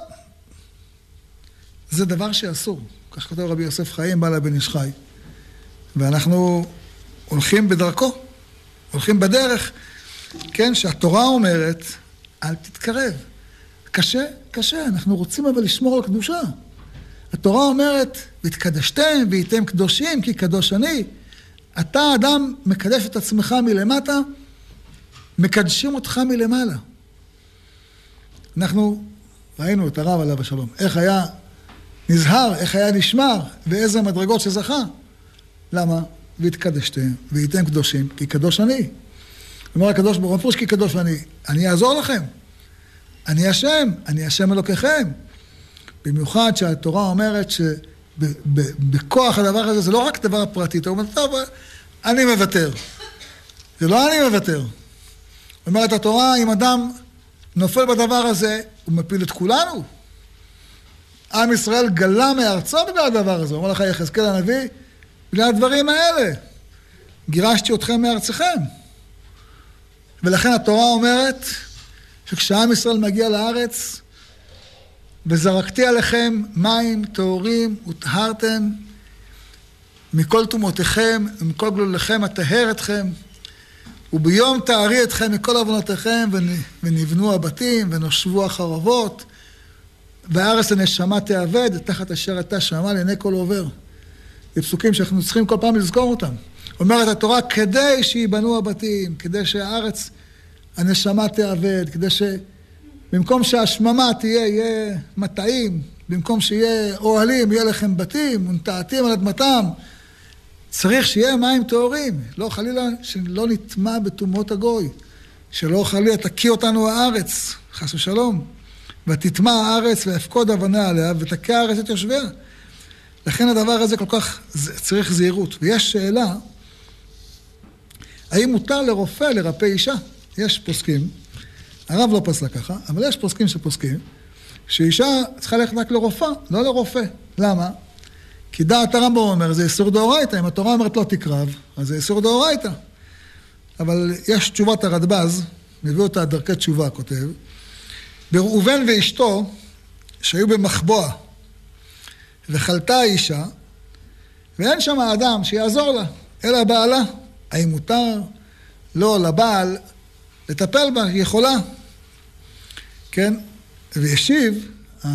זה דבר שאסור. כך כותב רבי יוסף חיים, בעל הבן איש חי. ואנחנו הולכים בדרכו, הולכים בדרך, כן, שהתורה אומרת, אל תתקרב. קשה, קשה, אנחנו רוצים אבל לשמור על קדושה. התורה אומרת, והתקדשתם והייתם קדושים כי קדוש אני. אתה אדם מקדש את עצמך מלמטה, מקדשים אותך מלמעלה. אנחנו ראינו את הרב עליו השלום, איך היה נזהר, איך היה נשמר, ואיזה מדרגות שזכה. למה? והתקדשתם והייתם קדושים כי קדוש אני. אומר הקדוש ברוך הוא כי קדוש אני אעזור לכם. אני השם אלוקיכם. במיוחד שהתורה אומרת שבכוח הדבר הזה, זה לא רק דבר פרטי, אתה אומר, טוב, אני מוותר. זה לא אני מוותר. אומרת התורה, אם אדם נופל בדבר הזה, הוא מפיל את כולנו. עם ישראל גלה מארצו בגלל הדבר הזה. אומר לך יחזקאל הנביא, בגלל הדברים האלה. גירשתי אתכם מארצכם. ולכן התורה אומרת, שכשעם ישראל מגיע לארץ, וזרקתי עליכם מים טהורים וטהרתם, מכל תומותיכם ומכל גלוליכם אטהר אתכם, וביום תארי אתכם מכל עוונותיכם, ונבנו הבתים ונושבו החרבות, והארץ הנשמה תאבד, תחת אשר אתה שמע לעיני כל עובר. זה פסוקים שאנחנו צריכים כל פעם לזכור אותם. אומרת התורה, כדי שיבנו הבתים, כדי שהארץ הנשמה תאבד, כדי שבמקום שהשממה יהיה מטעים, במקום שיהיה אוהלים, יהיה לכם בתים, ונטעתים על אדמתם, צריך שיהיה מים טהורים, לא חלילה שלא נטמע בתומות הגוי, שלא חלילה תקיא אותנו הארץ, חס ושלום, ותטמע הארץ והפקוד אבניה עליה, ותקיא הארץ את יושביה. לכן הדבר הזה כל כך צריך זהירות. ויש שאלה, האם מותר לרופא לרפא אישה? יש פוסקים, הרב לא פסק ככה, אבל יש פוסקים שפוסקים, שאישה צריכה ללכת רק לרופא, לא לרופא. למה? כי דעת הרמב"ם אומר, זה איסור דאורייתא. אם התורה אומרת לא תקרב, אז זה איסור דאורייתא. אבל יש תשובת הרדב"ז, מביא אותה דרכי תשובה, כותב, בראובן ואשתו, שהיו במחבוע, וחלתה האישה, ואין שם האדם שיעזור לה, אלא בעלה. האם מותר לא לבעל לטפל בה? היא יכולה. כן? וישיב,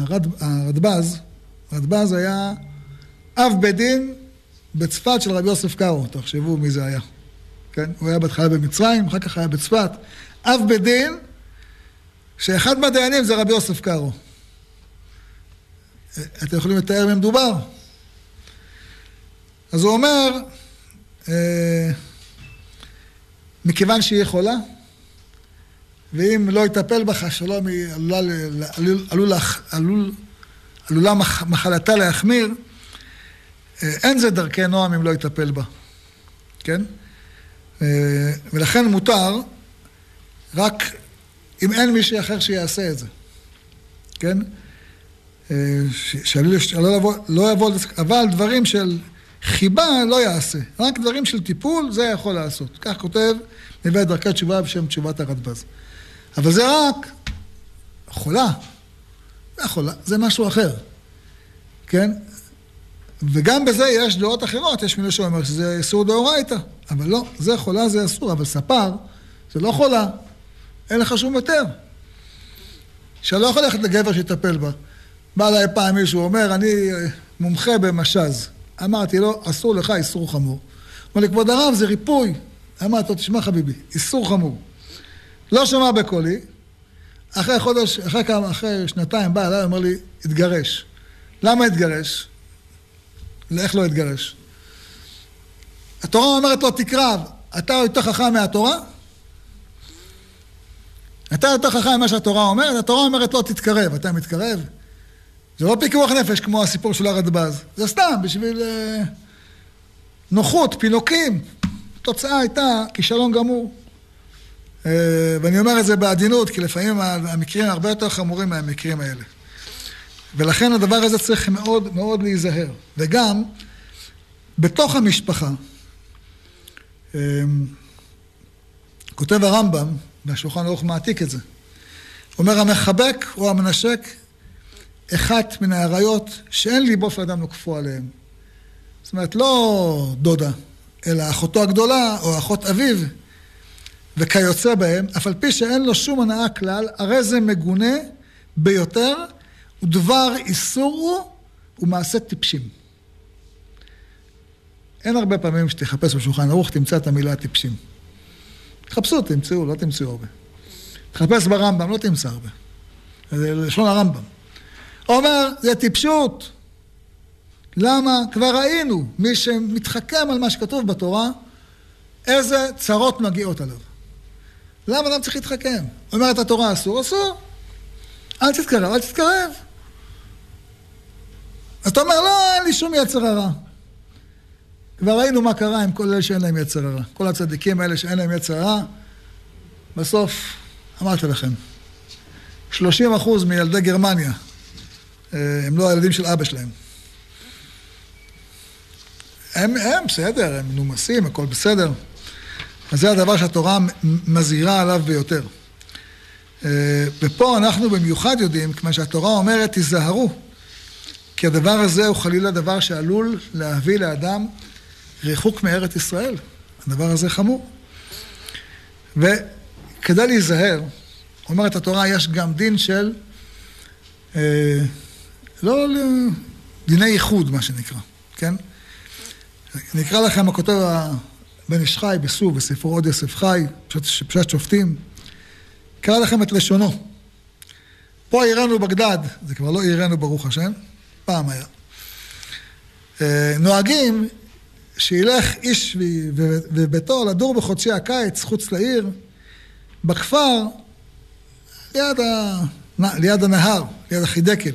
הרדב"ז היה אב בית דין בצפת של רבי יוסף קארו. תחשבו מי זה היה. כן? הוא היה בהתחלה במצרים, אחר כך היה בצפת. אב בית דין, שאחד מהדיינים זה רבי יוסף קארו. אתם יכולים לתאר מי מדובר? אז הוא אומר, מכיוון שהיא יכולה, ואם לא יטפל בך, שלום, היא עלולה מחלתה להחמיר, אין זה דרכי נועם אם לא יטפל בה. כן? ולכן מותר, רק אם אין מישהו אחר שיעשה את זה. כן? לא יבוא, אבל דברים של חיבה לא יעשה. רק דברים של טיפול, זה יכול לעשות. כך כותב, מביא את דרכי תשובה בשם תשובת הרדב"ז. אבל זה רק חולה. זה חולה, זה משהו אחר. כן? וגם בזה יש דעות אחרות. יש מישהו שאומר שזה איסור דאורייתא. אבל לא, זה חולה, זה אסור. אבל ספר, זה לא חולה. אין לך שום יותר. שלא יכול ללכת לגבר שיטפל בה. בא אליי פעם מישהו, אומר, אני מומחה במשז. אמרתי לו, אסור לך, איסור חמור. אמר לי, כבוד הרב, זה ריפוי. אמרתי לו, תשמע חביבי, איסור חמור. לא שמע בקולי. אחרי חודש, אחרי שנתיים בא אליי, אומר לי, התגרש. למה התגרש? איך לא התגרש? התורה אומרת לו, תקרב. אתה יותר חכם מהתורה? אתה יותר חכם ממה שהתורה אומרת? התורה אומרת לא תתקרב. אתה מתקרב? זה לא פיקוח נפש כמו הסיפור של הרדב"ז. זה סתם בשביל נוחות, פינוקים. התוצאה הייתה כישלון גמור. ואני אומר את זה בעדינות, כי לפעמים המקרים הרבה יותר חמורים מהמקרים האלה. ולכן הדבר הזה צריך מאוד מאוד להיזהר. וגם בתוך המשפחה, כותב הרמב"ם, והשולחן ערוך מעתיק את זה, אומר, המחבק או המנשק, אחת מן העריות שאין ליבו של אדם נוקפו עליהם. זאת אומרת, לא דודה, אלא אחותו הגדולה או אחות אביו, וכיוצא בהם, אף על פי שאין לו שום הנאה כלל, הרי זה מגונה ביותר, ודבר איסור הוא הוא מעשה טיפשים. אין הרבה פעמים שתחפש בשולחן ערוך, תמצא את המילה טיפשים. תחפשו, תמצאו, לא תמצאו הרבה. תחפש ברמב"ם, לא תמצא הרבה. זה לשון הרמב"ם. הוא אומר, זה טיפשות. למה? כבר ראינו, מי שמתחכם על מה שכתוב בתורה, איזה צרות מגיעות עליו. למה אדם צריך להתחכם? אומרת התורה, אסור, אסור. אל תתקרב, אל תתקרב. אז אתה אומר, לא, אין לי שום יצר הרע. כבר ראינו מה קרה עם כל אלה שאין להם יצר הרע. כל הצדיקים האלה שאין להם יצר הרע, בסוף, אמרתי לכם, 30% מילדי גרמניה, הם לא הילדים של אבא שלהם. הם בסדר, הם נומסים, הכל בסדר. אז זה הדבר שהתורה מזהירה עליו ביותר. ופה אנחנו במיוחד יודעים, כמו שהתורה אומרת, תיזהרו, כי הדבר הזה הוא חלילה דבר שעלול להביא לאדם ריחוק מארץ ישראל. הדבר הזה חמור. וכדי להיזהר, אומרת התורה, יש גם דין של, לא דיני ייחוד, מה שנקרא, כן? נקרא לכם הכותב בן איש חי בסוף, בספרו עוד יוסף חי, פשט שופטים, קרא לכם את לשונו. פה עירנו בגדד, זה כבר לא עירנו ברוך השם, פעם היה. נוהגים שילך איש וביתו לדור בחודשי הקיץ, חוץ לעיר, בכפר, ליד הנהר, ליד החידקל.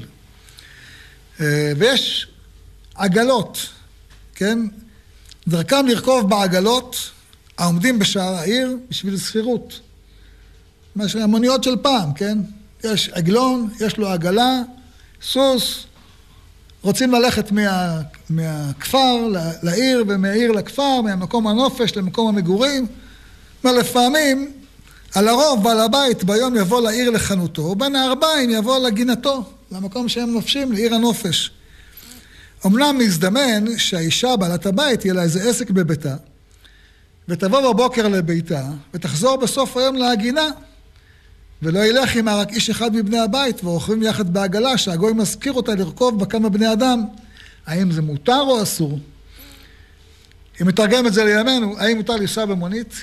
ויש עגלות, כן? דרכם לרכוב בעגלות העומדים בשער העיר בשביל סחירות. המוניות של פעם, כן? יש עגלון, יש לו עגלה, סוס, רוצים ללכת מהכפר לעיר ומהעיר לכפר, מהמקום הנופש למקום המגורים. לפעמים, על הרוב ועל הבית ביום יבוא לעיר לחנותו, ובין הארבעים יבוא לגינתו, למקום שהם נופשים, לעיר הנופש. אמנם מזדמן שהאישה בעלת הבית יהיה לה איזה עסק בביתה, ותבוא בבוקר לביתה, ותחזור בסוף היום להגינה, ולא ילך עמה רק איש אחד מבני הבית, ורוכבים יחד בעגלה, שהגוי מזכיר אותה לרכוב בכמה בני אדם. האם זה מותר או אסור? אם מתרגם את זה לימינו, האם מותר לנסוע במונית?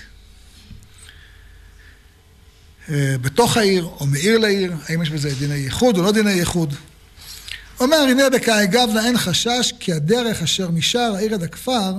בתוך העיר, או מעיר לעיר, האם יש בזה דיני ייחוד או לא דיני ייחוד? אומר, הנה בקאי גבנה אין חשש, כי הדרך אשר משער העיר עד הכפר,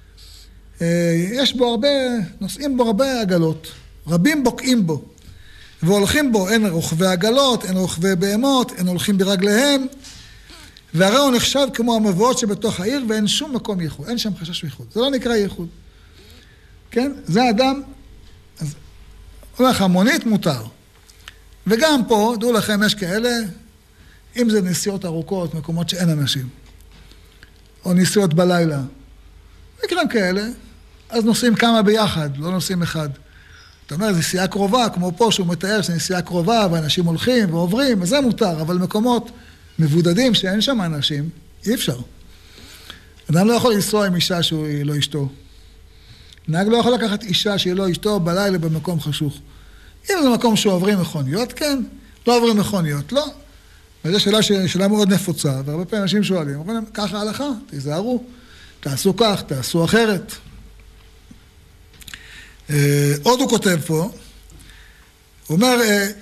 יש בו הרבה, נוסעים בו הרבה עגלות, רבים בוקעים בו, והולכים בו, אין רוכבי עגלות, אין רוכבי בהמות, אין הולכים ברגליהם, והרי הוא נחשב כמו המבואות שבתוך העיר, ואין שום מקום ייחוד, אין שם חשש ייחוד, זה לא נקרא ייחוד, כן? זה אדם, אז אומר לך, מונית מותר, וגם פה, דעו לכם, יש כאלה, אם זה נסיעות ארוכות, מקומות שאין אנשים, או נסיעות בלילה, מקרים כאלה, אז נוסעים כמה ביחד, לא נוסעים אחד. אתה אומר, זו נסיעה קרובה, כמו פה שהוא מתאר, זו נסיעה קרובה, ואנשים הולכים ועוברים, אז זה מותר, אבל מקומות מבודדים שאין שם אנשים, אי אפשר. אדם לא יכול לנסוע עם אישה שהיא לא אשתו. נהג לא יכול לקחת אישה שהיא לא אשתו בלילה במקום חשוך. אם זה מקום שעוברים מכוניות, כן. לא עוברים מכוניות, לא. וזו שאלה מאוד נפוצה, והרבה פעמים אנשים שואלים, אומרים להם, ככה הלכה, תיזהרו, תעשו כך, תעשו אחרת. עוד הוא כותב פה, הוא אומר,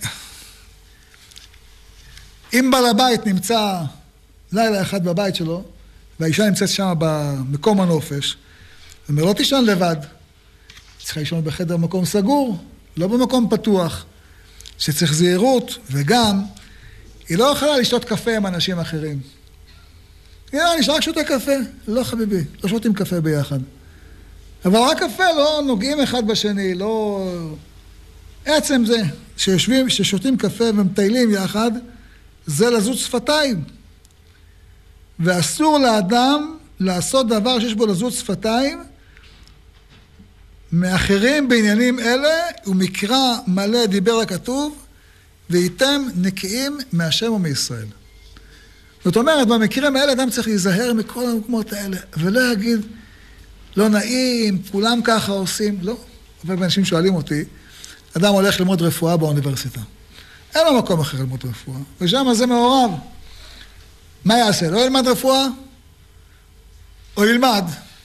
אם בעל הבית נמצא לילה אחד בבית שלו, והאישה נמצאת שם במקום הנופש, הוא אומר, לא תישן לבד, צריכה לישון בחדר מקום סגור, לא במקום פתוח, שצריך זהירות, וגם, היא לא יכולה לשתות קפה עם אנשים אחרים. אני רק שותה קפה, לא חביבי, לא שותים קפה ביחד. אבל רק קפה לא נוגעים אחד בשני, לא... עצם זה ששותים קפה ומטיילים יחד, זה לזות שפתיים. ואסור לאדם לעשות דבר שיש בו לזות שפתיים, מאחרים בעניינים אלה, ומקרא מלא דיבר הכתוב, ואיתם נקיים מהשם ומישראל. זאת אומרת, במקרים האלה אדם צריך להיזהר מכל המקומות האלה, ולא להגיד, לא נעים, כולם ככה עושים, לא. הרבה אנשים שואלים אותי, אדם הולך ללמוד רפואה באוניברסיטה. אין לו מקום אחר ללמוד רפואה, ושם זה מעורב. מה יעשה? לא ילמד רפואה? או ילמד?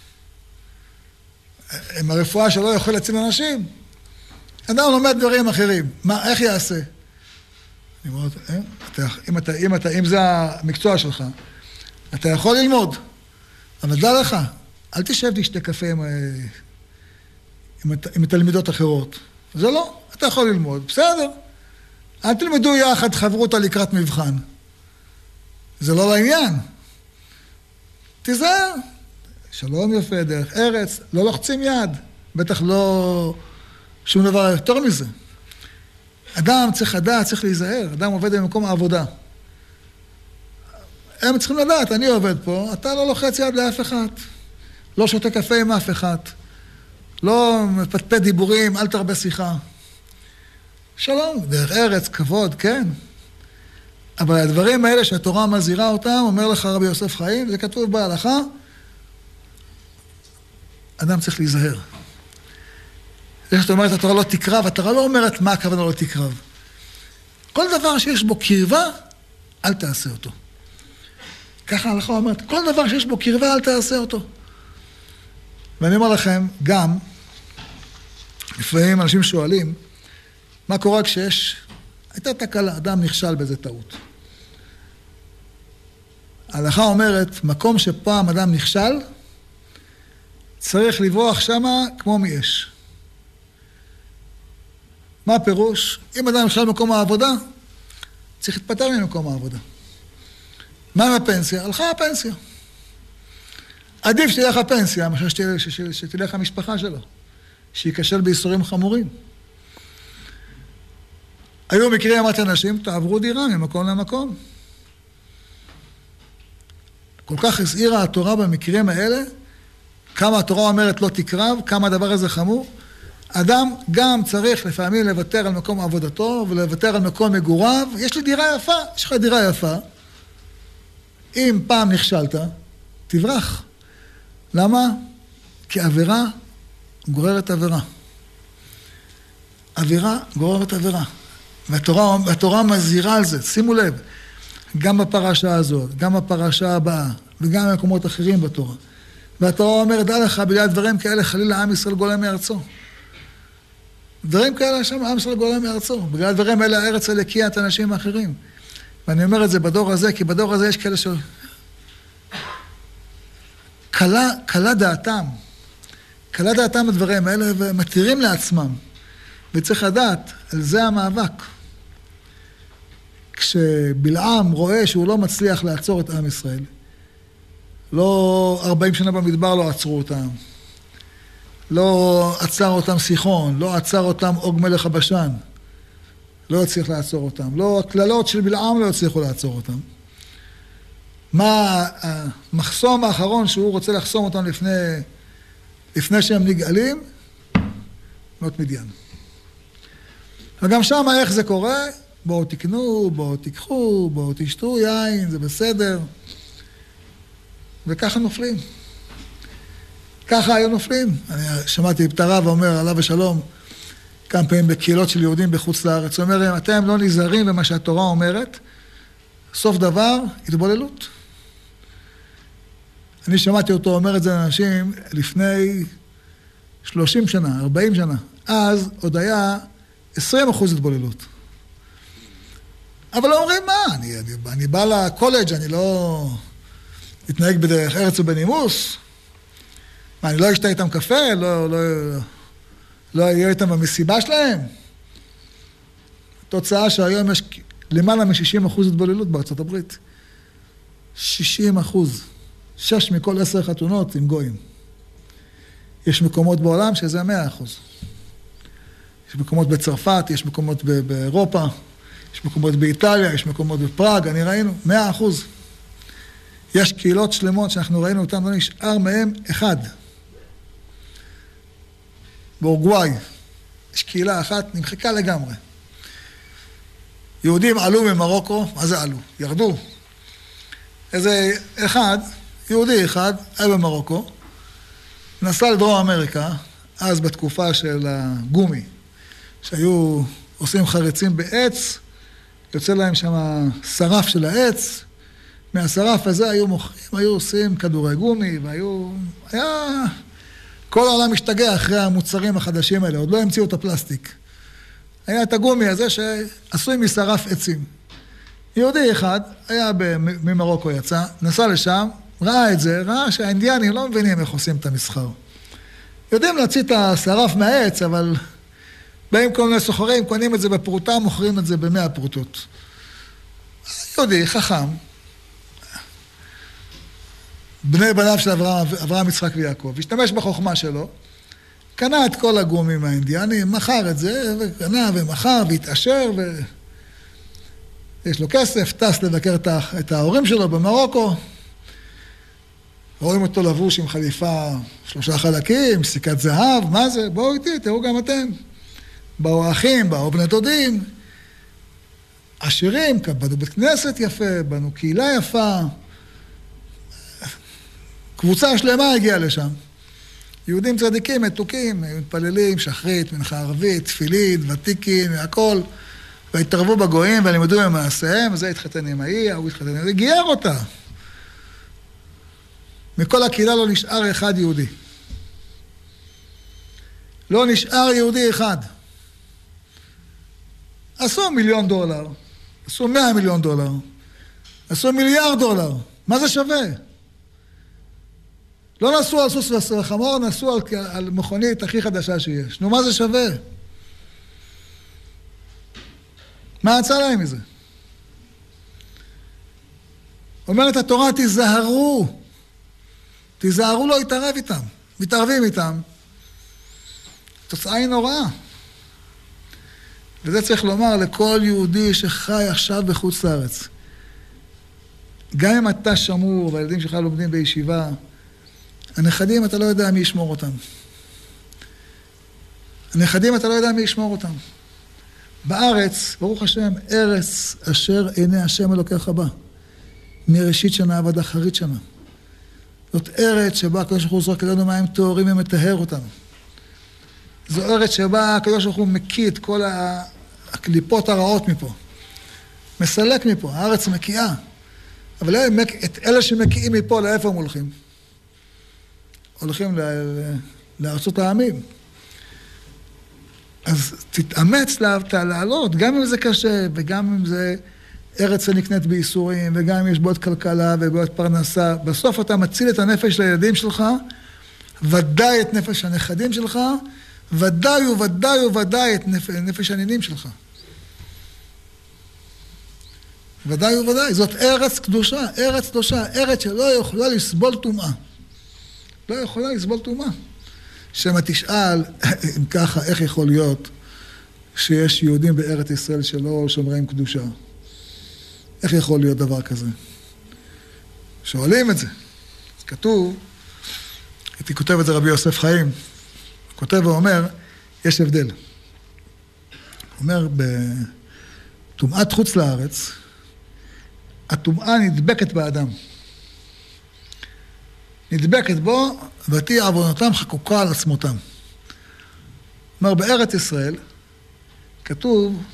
עם הרפואה שלא יכול להציל אנשים, אדם לומד דברים אחרים. מה, איך יעשה? אני אומר, אם זה המקצוע שלך, אתה יכול ללמוד, אבל דע לך, אל תשב תשתה קפה עם תלמידות אחרות. זה לא, אתה יכול ללמוד, בסדר. אל תלמדו יחד חברותה לקראת מבחן. זה לא לעניין. תיזהר. שלום יפה, דרך ארץ, לא לוחצים יד. בטח לא שום דבר יותר מזה. אדם צריך לדעת, צריך להיזהר. אדם עובד במקום העבודה. הם צריכים לדעת, אני עובד פה, אתה לא לוחץ יד לאף אחד. לא שותה קפה עם אף אחד. לא מפטפט דיבורים, אל תרבה שיחה. שלום, דרך ארץ, כבוד, כן. אבל הדברים האלה שהתורה מזהירה אותם, אומר לך רבי יוסף חיים, זה כתוב בהלכה, אדם צריך להיזהר. זה שאתה אומרת, התורה לא תקרב, התורה לא אומרת מה הכוונה לא תקרב. כל דבר שיש בו קרבה, אל תעשה אותו. ככה ההלכה אומרת, כל דבר שיש בו קרבה, אל תעשה אותו. ואני אומר לכם, גם, לפעמים אנשים שואלים, מה קורה כשיש, הייתה תקלה, אדם נכשל באיזה טעות. ההלכה אומרת, מקום שפעם אדם נכשל, צריך לברוח שמה כמו מאש. מה הפירוש? אם אדם נכשל במקום העבודה, צריך להתפטר ממקום העבודה. מה עם הפנסיה? הלכה הפנסיה. עדיף שתלך הפנסיה, מאשר שתלך המשפחה שלו, שייכשל בייסורים חמורים. היו מקרים, אמרתי אנשים, תעברו דירה ממקום למקום. כל כך הזהירה התורה במקרים האלה, כמה התורה אומרת לא תקרב, כמה הדבר הזה חמור. אדם גם צריך לפעמים לוותר על מקום עבודתו, ולוותר על מקום מגוריו. יש לי דירה יפה, יש לך דירה יפה. אם פעם נכשלת, תברח. למה? כי עבירה גוררת עבירה. עבירה גוררת עבירה. והתורה מזהירה על זה, שימו לב, גם בפרשה הזאת, גם בפרשה הבאה, וגם במקומות אחרים בתורה. והתורה אומרת, דע לך, בגלל דברים כאלה חלילה עם ישראל גולה מארצו. דברים כאלה שם עם ישראל גולה מארצו. בגלל דברים האלה הארץ הלקיעה את אנשים האחרים. ואני אומר את זה בדור הזה, כי בדור הזה יש כאלה קלה דעתם. קלה דעתם הדברים האלה ומתירים לעצמם. וצריך לדעת, על זה המאבק. כשבלעם רואה שהוא לא מצליח לעצור את עם ישראל, לא 40 שנה במדבר לא עצרו אותם, לא עצר אותם סיחון, לא עצר אותם אוג מלך הבשן, לא הצליח לעצור אותם, לא הכללות של בלעם לא הצליחו לעצור אותם. מה המחסום האחרון שהוא רוצה לחסום אותם לפני שהם נגאלים? מות מדיין. וגם שם איך זה קורה? בואו תקנו, בואו תיקחו, בואו תשתו יין, זה בסדר. וככה נופלים. ככה היו נופלים. אני שמעתי את הרב אומר, עליו ושלום, כמה פעמים בקהילות של יהודים בחוץ לארץ. הוא אומר, אם אתם לא נזהרים במה שהתורה אומרת, סוף דבר, התבוללות. אני שמעתי אותו אומר את זה לאנשים לפני 30 שנה, 40 שנה. אז עוד היה 20% התבוללות. אבל לא אומרים מה, אני בא לקולג', אני לא אתנהג בדרך ארץ ובנימוס, אני לא אשתה איתם קפה, לא אהיה איתם במסיבה שלהם. תוצאה שהיום יש למעלה מ-60% התבוללות בארצות הברית. 60%. 6 מכל 10 חתונות עם גויים. יש מקומות בעולם שזה 100%. יש מקומות בצרפת, יש מקומות באירופה, יש מקומות באיטליה, יש מקומות בפראג, אני ראינו, 100%. יש קהילות שלמות שאנחנו ראינו אותן, לא נשאר מהם אחד. באורוגוואי, יש קהילה אחת, נמחקה לגמרי. יהודים עלו ממרוקו, מה זה עלו? ירדו. איזה אחד, יהודי אחד, היה במרוקו, נסע לדרום אמריקה, אז בתקופה של הגומי, שהיו עושים חרצים בעץ, יוצא להם שם שרף של העץ, מהשרף הזה היו מוכרים, היו עושים כדורי גומי, כל העולם משתגע אחרי המוצרים החדשים האלה, עוד לא המציאו את הפלסטיק. היה את הגומי הזה שעשוי משרף עצים. יהודי אחד היה ממרוקו יצא, נסע לשם, ראה את זה, ראה שהאינדיאנים לא מבינים איך עושים את המסחר. יודעים להוציא את השרף מהעץ, אבל באים כל מיני סוחרים, קונים את זה בפרוטה, מוכרים את זה ב100 פרוטות. יהודי, חכם, בניו של אברהם, יצחק ויעקב, השתמש בחוכמה שלו, קנה את כל הגומים האינדיאנים, מכר את זה, וקנה ומכר והתעשר, ויש לו כסף, טס לבקר את ההורים שלו במרוקו, רואים אותו לבוש עם חליפה 3 חלקים, סיכת זהב, מה זה? בואו איתי, תראו גם אתם. באו האחים, באו בני דודים, עשירים, בנו בית כנסת יפה, בנו קהילה יפה, קבוצה שלמה הגיעה לשם. יהודים צדיקים, מתוקים, מתפללים, שחרית, מנחה ערבית, תפילין, ותיקים, הכל, והתערבו בגויים ולימדו ממעשיהם, וזה התחתן עם ההוא התחתן עם זה, גייר אותה. מכל הקהילה לא נשאר אחד יהודי. לא נשאר יהודי אחד. עשו $1,000,000, עשו $100 מיליון, עשו $1 מיליארד. מה זה שווה? לא נסעו על סוס וחמור, נסעו על מכונית הכי חדשה שיש. נו, מה זה שווה? מה יצא להם מזה? אומרת התורה, תיזהרו לא להתערב איתם. מתערבים איתם. התוצאה היא נוראה. וזה צריך לומר לכל יהודי שחי עכשיו בחוץ לארץ. גם אם אתה שמור והילדים שלך לומדים בישיבה, הנכדים אתה לא יודע מי ישמור אותם. הנכדים אתה לא יודע מי ישמור אותם. בארץ, ברוך השם, ארץ אשר עיני השם אלוקיך בה. מראשית שנה ועד אחרית שנה. זאת ארץ שבה הקדוש ברוך הוא זורק אלינו מים טהורים ומטהר אותנו. זו ארץ שבה הקדוש ברוך הוא מקיא את כל הקליפות הרעות מפה. מסלק מפה, הארץ מקיאה. אבל את אלה שמקיאים מפה, לאיפה הם הולכים? הולכים לארצות העמים. אז תתאמץ לעלות, גם אם זה קשה, וגם אם זה ארץ שנקנית בייסורים, וגם אם יש בעיות כלכלה ובעיות פרנסה, בסוף אתה מציל את הנפש לילדים שלך, ודאי את נפש הנכדים שלך, ודאי וודאי את נפש הנינים שלך. ודאי וודאי, זאת ארץ קדושה, ארץ שלא יכולה לסבול טומאה. לא יכולה לסבול טומאה. שמה תשאל, אם ככה, איך יכול להיות שיש יהודים בארץ ישראל שלא שומרים קדושה? איך יכול להיות דבר כזה? שואלים את זה. אז כתוב, הייתי כותב את זה רבי יוסף חיים, כותב ואומר, יש הבדל. אומר, בטומאת חוץ לארץ, הטומאה נדבקת באדם. נדבקת בו, ותהיה עוונותם חקוקה על עצמותם. אומר, בארץ ישראל, כתוב,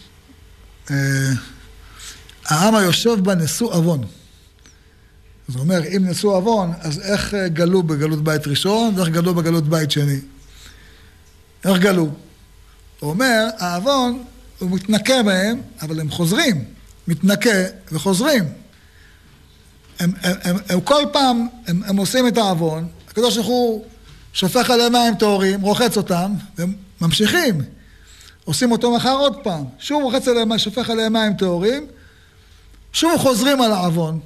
העם היושב בה נשוא עוון. זאת אומרת, אם נשוא עוון, אז איך גלו בגלות בית ראשון, ואיך גלו בגלות בית שני? איך גלו? הוא אומר, העוון, הוא מתנקה בהם, אבל הם חוזרים, מתנקה וחוזרים. הם כל פעם, הם עושים את העוון, הקדוש ברוך הוא שופך עליהם מים טהורים, רוחץ אותם, והם ממשיכים. עושים אותו מחר עוד פעם. שוב רוחץ עליהם, שופך עליהם מים טהורים, שוב חוזרים על העוון.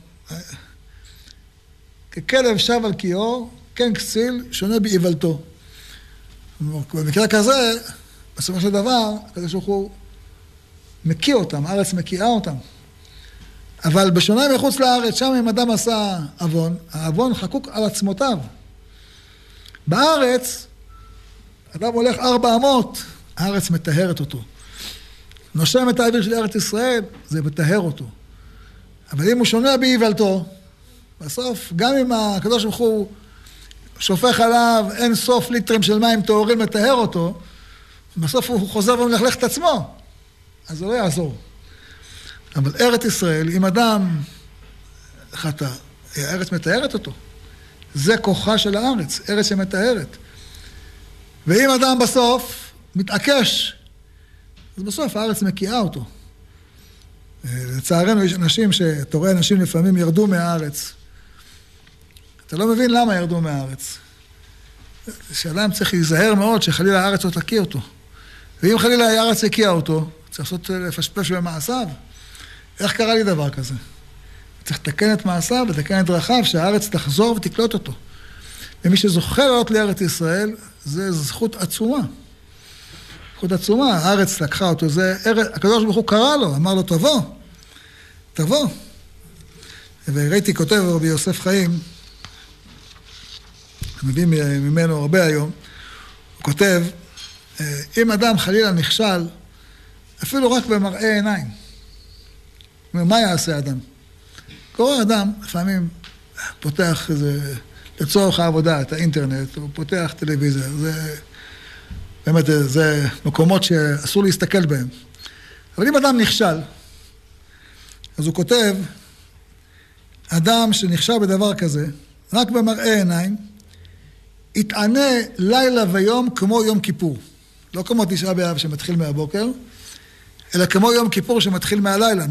ככלב שב על קיאו, כן כסיל, שונה באיוולתו. במקרה כזה, בסופו של דבר, הקדוש ברוך הוא מקיא אותם, הארץ מקיאה אותם. אבל בשונה מחוץ לארץ, שם אם אדם עשה עוון, העוון חקוק על עצמותיו. בארץ, אדם הולך 400, הארץ מטהרת אותו. נושם את האוויר של ארץ ישראל, זה מטהר אותו. אבל אם הוא שונה באיוולתו, בסוף, גם אם הקדוש ברוך הוא שופך עליו אין סוף ליטרים של מים טהורים לטהר אותו, בסוף הוא חוזר ומלכלך את עצמו, אז זה לא יעזור. אבל ארץ ישראל, אם אדם חטא, הארץ מתארת אותו. זה כוחה של הארץ, ארץ שמתארת. ואם אדם בסוף מתעקש, אז בסוף הארץ מקיאה אותו. לצערנו יש אנשים אתה רואה אנשים לפעמים ירדו מהארץ. אתה לא מבין למה ירדו מהארץ. שאדם צריך להיזהר מאוד שחלילה הארץ לא תקיא אותו. ואם חלילה הארץ הקיאה אותו, צריך לפשפש במעשיו. איך קרה לי דבר כזה? צריך לתקן את מעשיו ולתקן את דרכיו, שהארץ תחזור ותקלוט אותו. ומי שזוכה לעלות לארץ ישראל, זה זכות עצומה. זכות עצומה, הארץ לקחה אותו, הקדוש ברוך הוא קרא לו, אמר לו, תבוא. וראיתי כותב רבי יוסף חיים, מביא ממנו הרבה היום, הוא כותב, אם אדם חלילה נכשל, אפילו רק במראה עיניים, מה יעשה אדם? קורא אדם, לפעמים פותח איזה, לצורך העבודה, את האינטרנט, הוא פותח טלוויזיה, באמת, זה מקומות שאסור להסתכל בהם. אבל אם אדם נכשל, אז הוא כותב, אדם שנכשל בדבר כזה, רק במראה עיניים, יתענה לילה ויום כמו יום כיפור. לא כמו תשעה באב שמתחיל מהבוקר, אלא כמו יום כיפור שמתחיל מהלילה,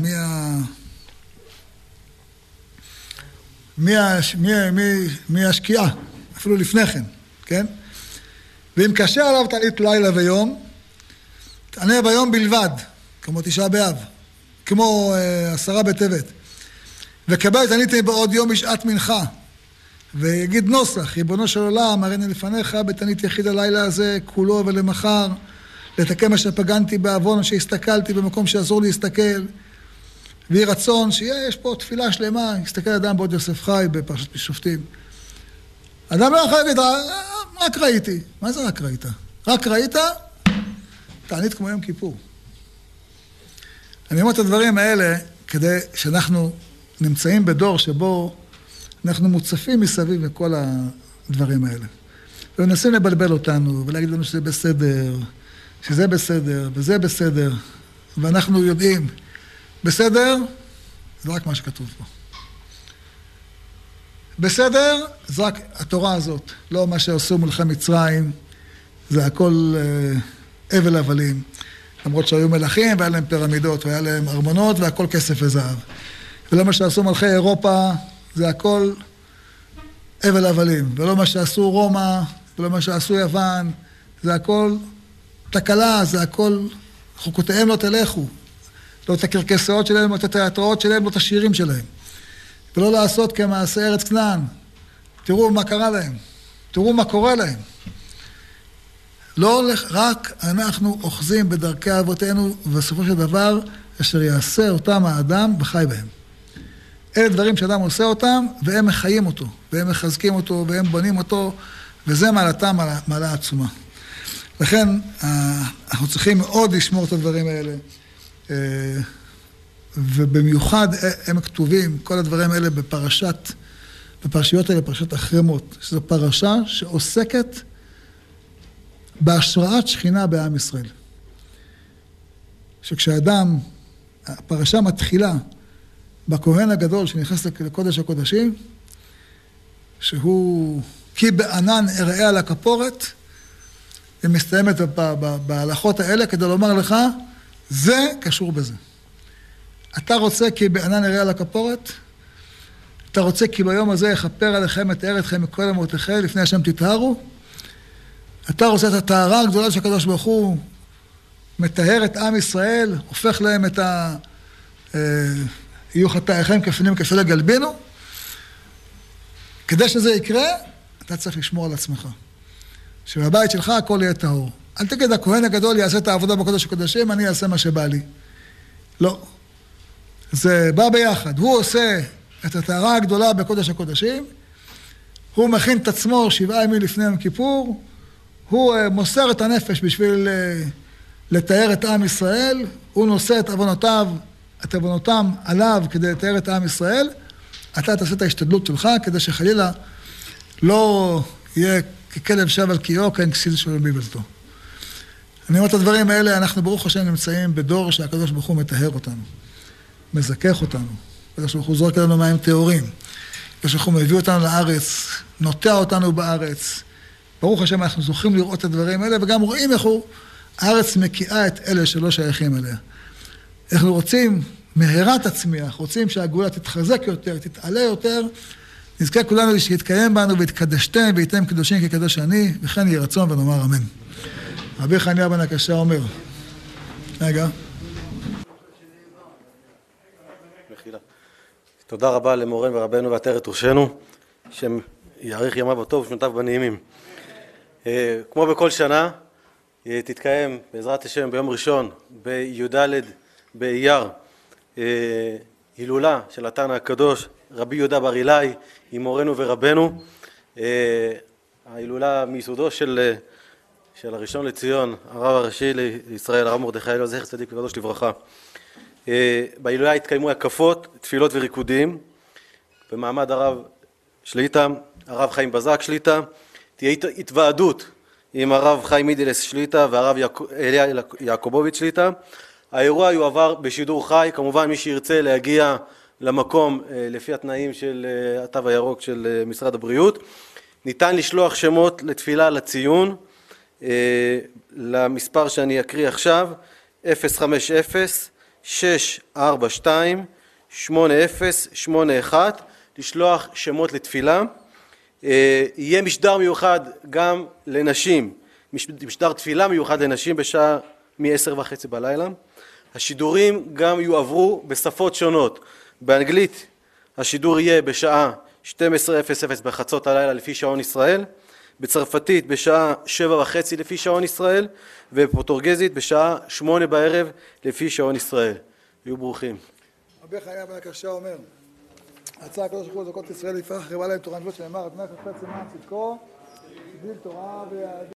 מהשקיעה, אפילו לפני כן, כן? ואם קשה עליו תענית לילה ויום, תענה ביום בלבד, כמו תשעה באב, כמו 10 בטבת. וקבל תעניתי בעוד יום בשעת מנחה, ויגיד נוסח, ריבונו של עולם, הריני לפניך, בתענית יחיד הלילה הזה, כולו ולמחר, לתקן מה שפגנתי בעוון, שהסתכלתי במקום שאסור להסתכל, ויהי רצון שיש פה תפילה שלמה, יסתכל אדם בעוד יוסף חי בפרשת שופטים. אדם לא יכול להגיד, רק ראיתי. מה זה רק ראית? רק ראית? תענית כמו יום כיפור. אני אומר את הדברים האלה כדי שאנחנו נמצאים בדור שבו אנחנו מוצפים מסביב לכל הדברים האלה. ומנסים לבלבל אותנו ולהגיד לנו שזה בסדר, שזה בסדר וזה בסדר. ואנחנו יודעים, בסדר, זה רק מה שכתוב פה. בסדר, זה רק התורה הזאת, לא מה שעשו מלכי מצרים, זה הכל אבל הבלים. למרות שהיו מלכים והיה להם פירמידות והיה להם ארמונות והכל כסף וזהב. ולא מה שעשו מלכי אירופה, זה הכל אבל הבלים. ולא מה שעשו רומא, ולא מה שעשו יוון, זה הכל תקלה, זה הכל חוקותיהם לא תלכו. לא את הקרקסאות שלהם, לא את התיאטראות שלהם, לא את השירים שלהם. ולא לעשות כמעשה ארץ כנען. תראו מה קרה להם. תראו מה קורה להם. לא רק אנחנו אוחזים בדרכי אבותינו, ובסופו של דבר, אשר יעשה אותם האדם וחי בהם. אלה דברים שאדם עושה אותם, והם מחיים אותו, והם מחזקים אותו, והם בונים אותו, וזה מעלתם מעלה עצומה. לכן, אנחנו צריכים מאוד לשמור את הדברים האלה. ובמיוחד הם כתובים, כל הדברים האלה בפרשיות האלה, פרשת החרמות, שזו פרשה שעוסקת בהשראת שכינה בעם ישראל. שכשאדם, הפרשה מתחילה בכהן הגדול שנכנס לקודש הקודשים, שהוא כי בענן אראה על הכפורת, ומסתיימת בהלכות האלה כדי לומר לך, זה קשור בזה. אתה רוצה כי בענן אראה על הכפורת? אתה רוצה כי ביום הזה יכפר עליכם את ארצכם מכל אמותיכם לפני השם תטהרו? אתה רוצה את הטהרה הגדולה שהקדוש ברוך הוא מטהר את עם ישראל, הופך להם את יהיו חטאיכם כפנים כסלע גלבינו? כדי שזה יקרה, אתה צריך לשמור על עצמך. שבבית שלך הכל יהיה טהור. אל תגיד, הכהן הגדול יעשה את העבודה בקודש הקודשים, אני אעשה מה שבא לי. לא. זה בא ביחד. הוא עושה את הטהרה הגדולה בקודש הקודשים, הוא מכין את עצמו 7 ימים לפני יום כיפור, הוא מוסר את הנפש בשביל לתאר את עם ישראל, הוא נושא את עוונותם עליו כדי לתאר את עם ישראל, אתה תעשה את ההשתדלות שלך כדי שחלילה לא יהיה ככלב שב על קיאו, כאין כסיל של ביבלתו. אני אומר את הדברים האלה, אנחנו ברוך השם נמצאים בדור שהקדוש ברוך הוא מטהר אותנו, מזכך אותנו, הקדוש ברוך הוא זורק לנו מים טהורים. הקדוש ברוך הוא מביא אותנו לארץ, נוטע אותנו בארץ. ברוך השם, אנחנו זוכים לראות את הדברים האלה, וגם רואים איך הארץ מקיאה את אלה שלא שייכים אליה. אנחנו רוצים מהרה תצמיח, רוצים שהגאולה תתחזק יותר, תתעלה יותר, נזכה כולנו שיתקיים בנו והתקדשתם והייתם קדושים כקדוש אני, וכן יהי רצון ונאמר אמן. רבי חניה בן הקשה אומר, רגע. מחילה. תודה רבה למורנו ורבנו ועטרת ראשנו, שם יאריך ימיו בטוב ושנותיו בנעימים. כמו בכל שנה, תתקיים בעזרת השם ביום ראשון, בי"ד באייר, הילולה של התנא הקדוש, רבי יהודה בר אילאי, עם מורנו ורבנו. ההילולה מיסודו של הראשון לציון, הרב הראשי לישראל, הרב מרדכי אליהו זכר צדיק וקדוש לברכה. בהילולה התקיימו הקפות, תפילות וריקודים, במעמד הרב שליט"א, הרב חיים בזק שליט"א, תהיה התוועדות עם הרב חיים מידלס שליט"א והרב אליה יעקובוביץ' שליט"א. האירוע יועבר בשידור חי, כמובן מי שירצה להגיע למקום לפי התנאים של התו הירוק של משרד הבריאות. ניתן לשלוח שמות לתפילה לציון, למספר שאני אקריא עכשיו, 050-642-8081, לשלוח שמות לתפילה. יהיה משדר מיוחד גם לנשים, משדר תפילה מיוחד לנשים בשעה מ-10:30 בלילה. השידורים גם יועברו בשפות שונות. באנגלית השידור יהיה בשעה 12:00 בחצות הלילה לפי שעון ישראל, בצרפתית בשעה 7:30 לפי שעון ישראל, ובפורטוגזית בשעה 8 בערב לפי שעון ישראל. יהיו ברוכים. רבי חניה בן הקשה אומר, רצה הקדוש ברוך הוא לזכות ישראל לפרח קרבה להם תורה נבות שנאמר, אדוני חפץ למען צדקו, הגדיל תורה ויהדות.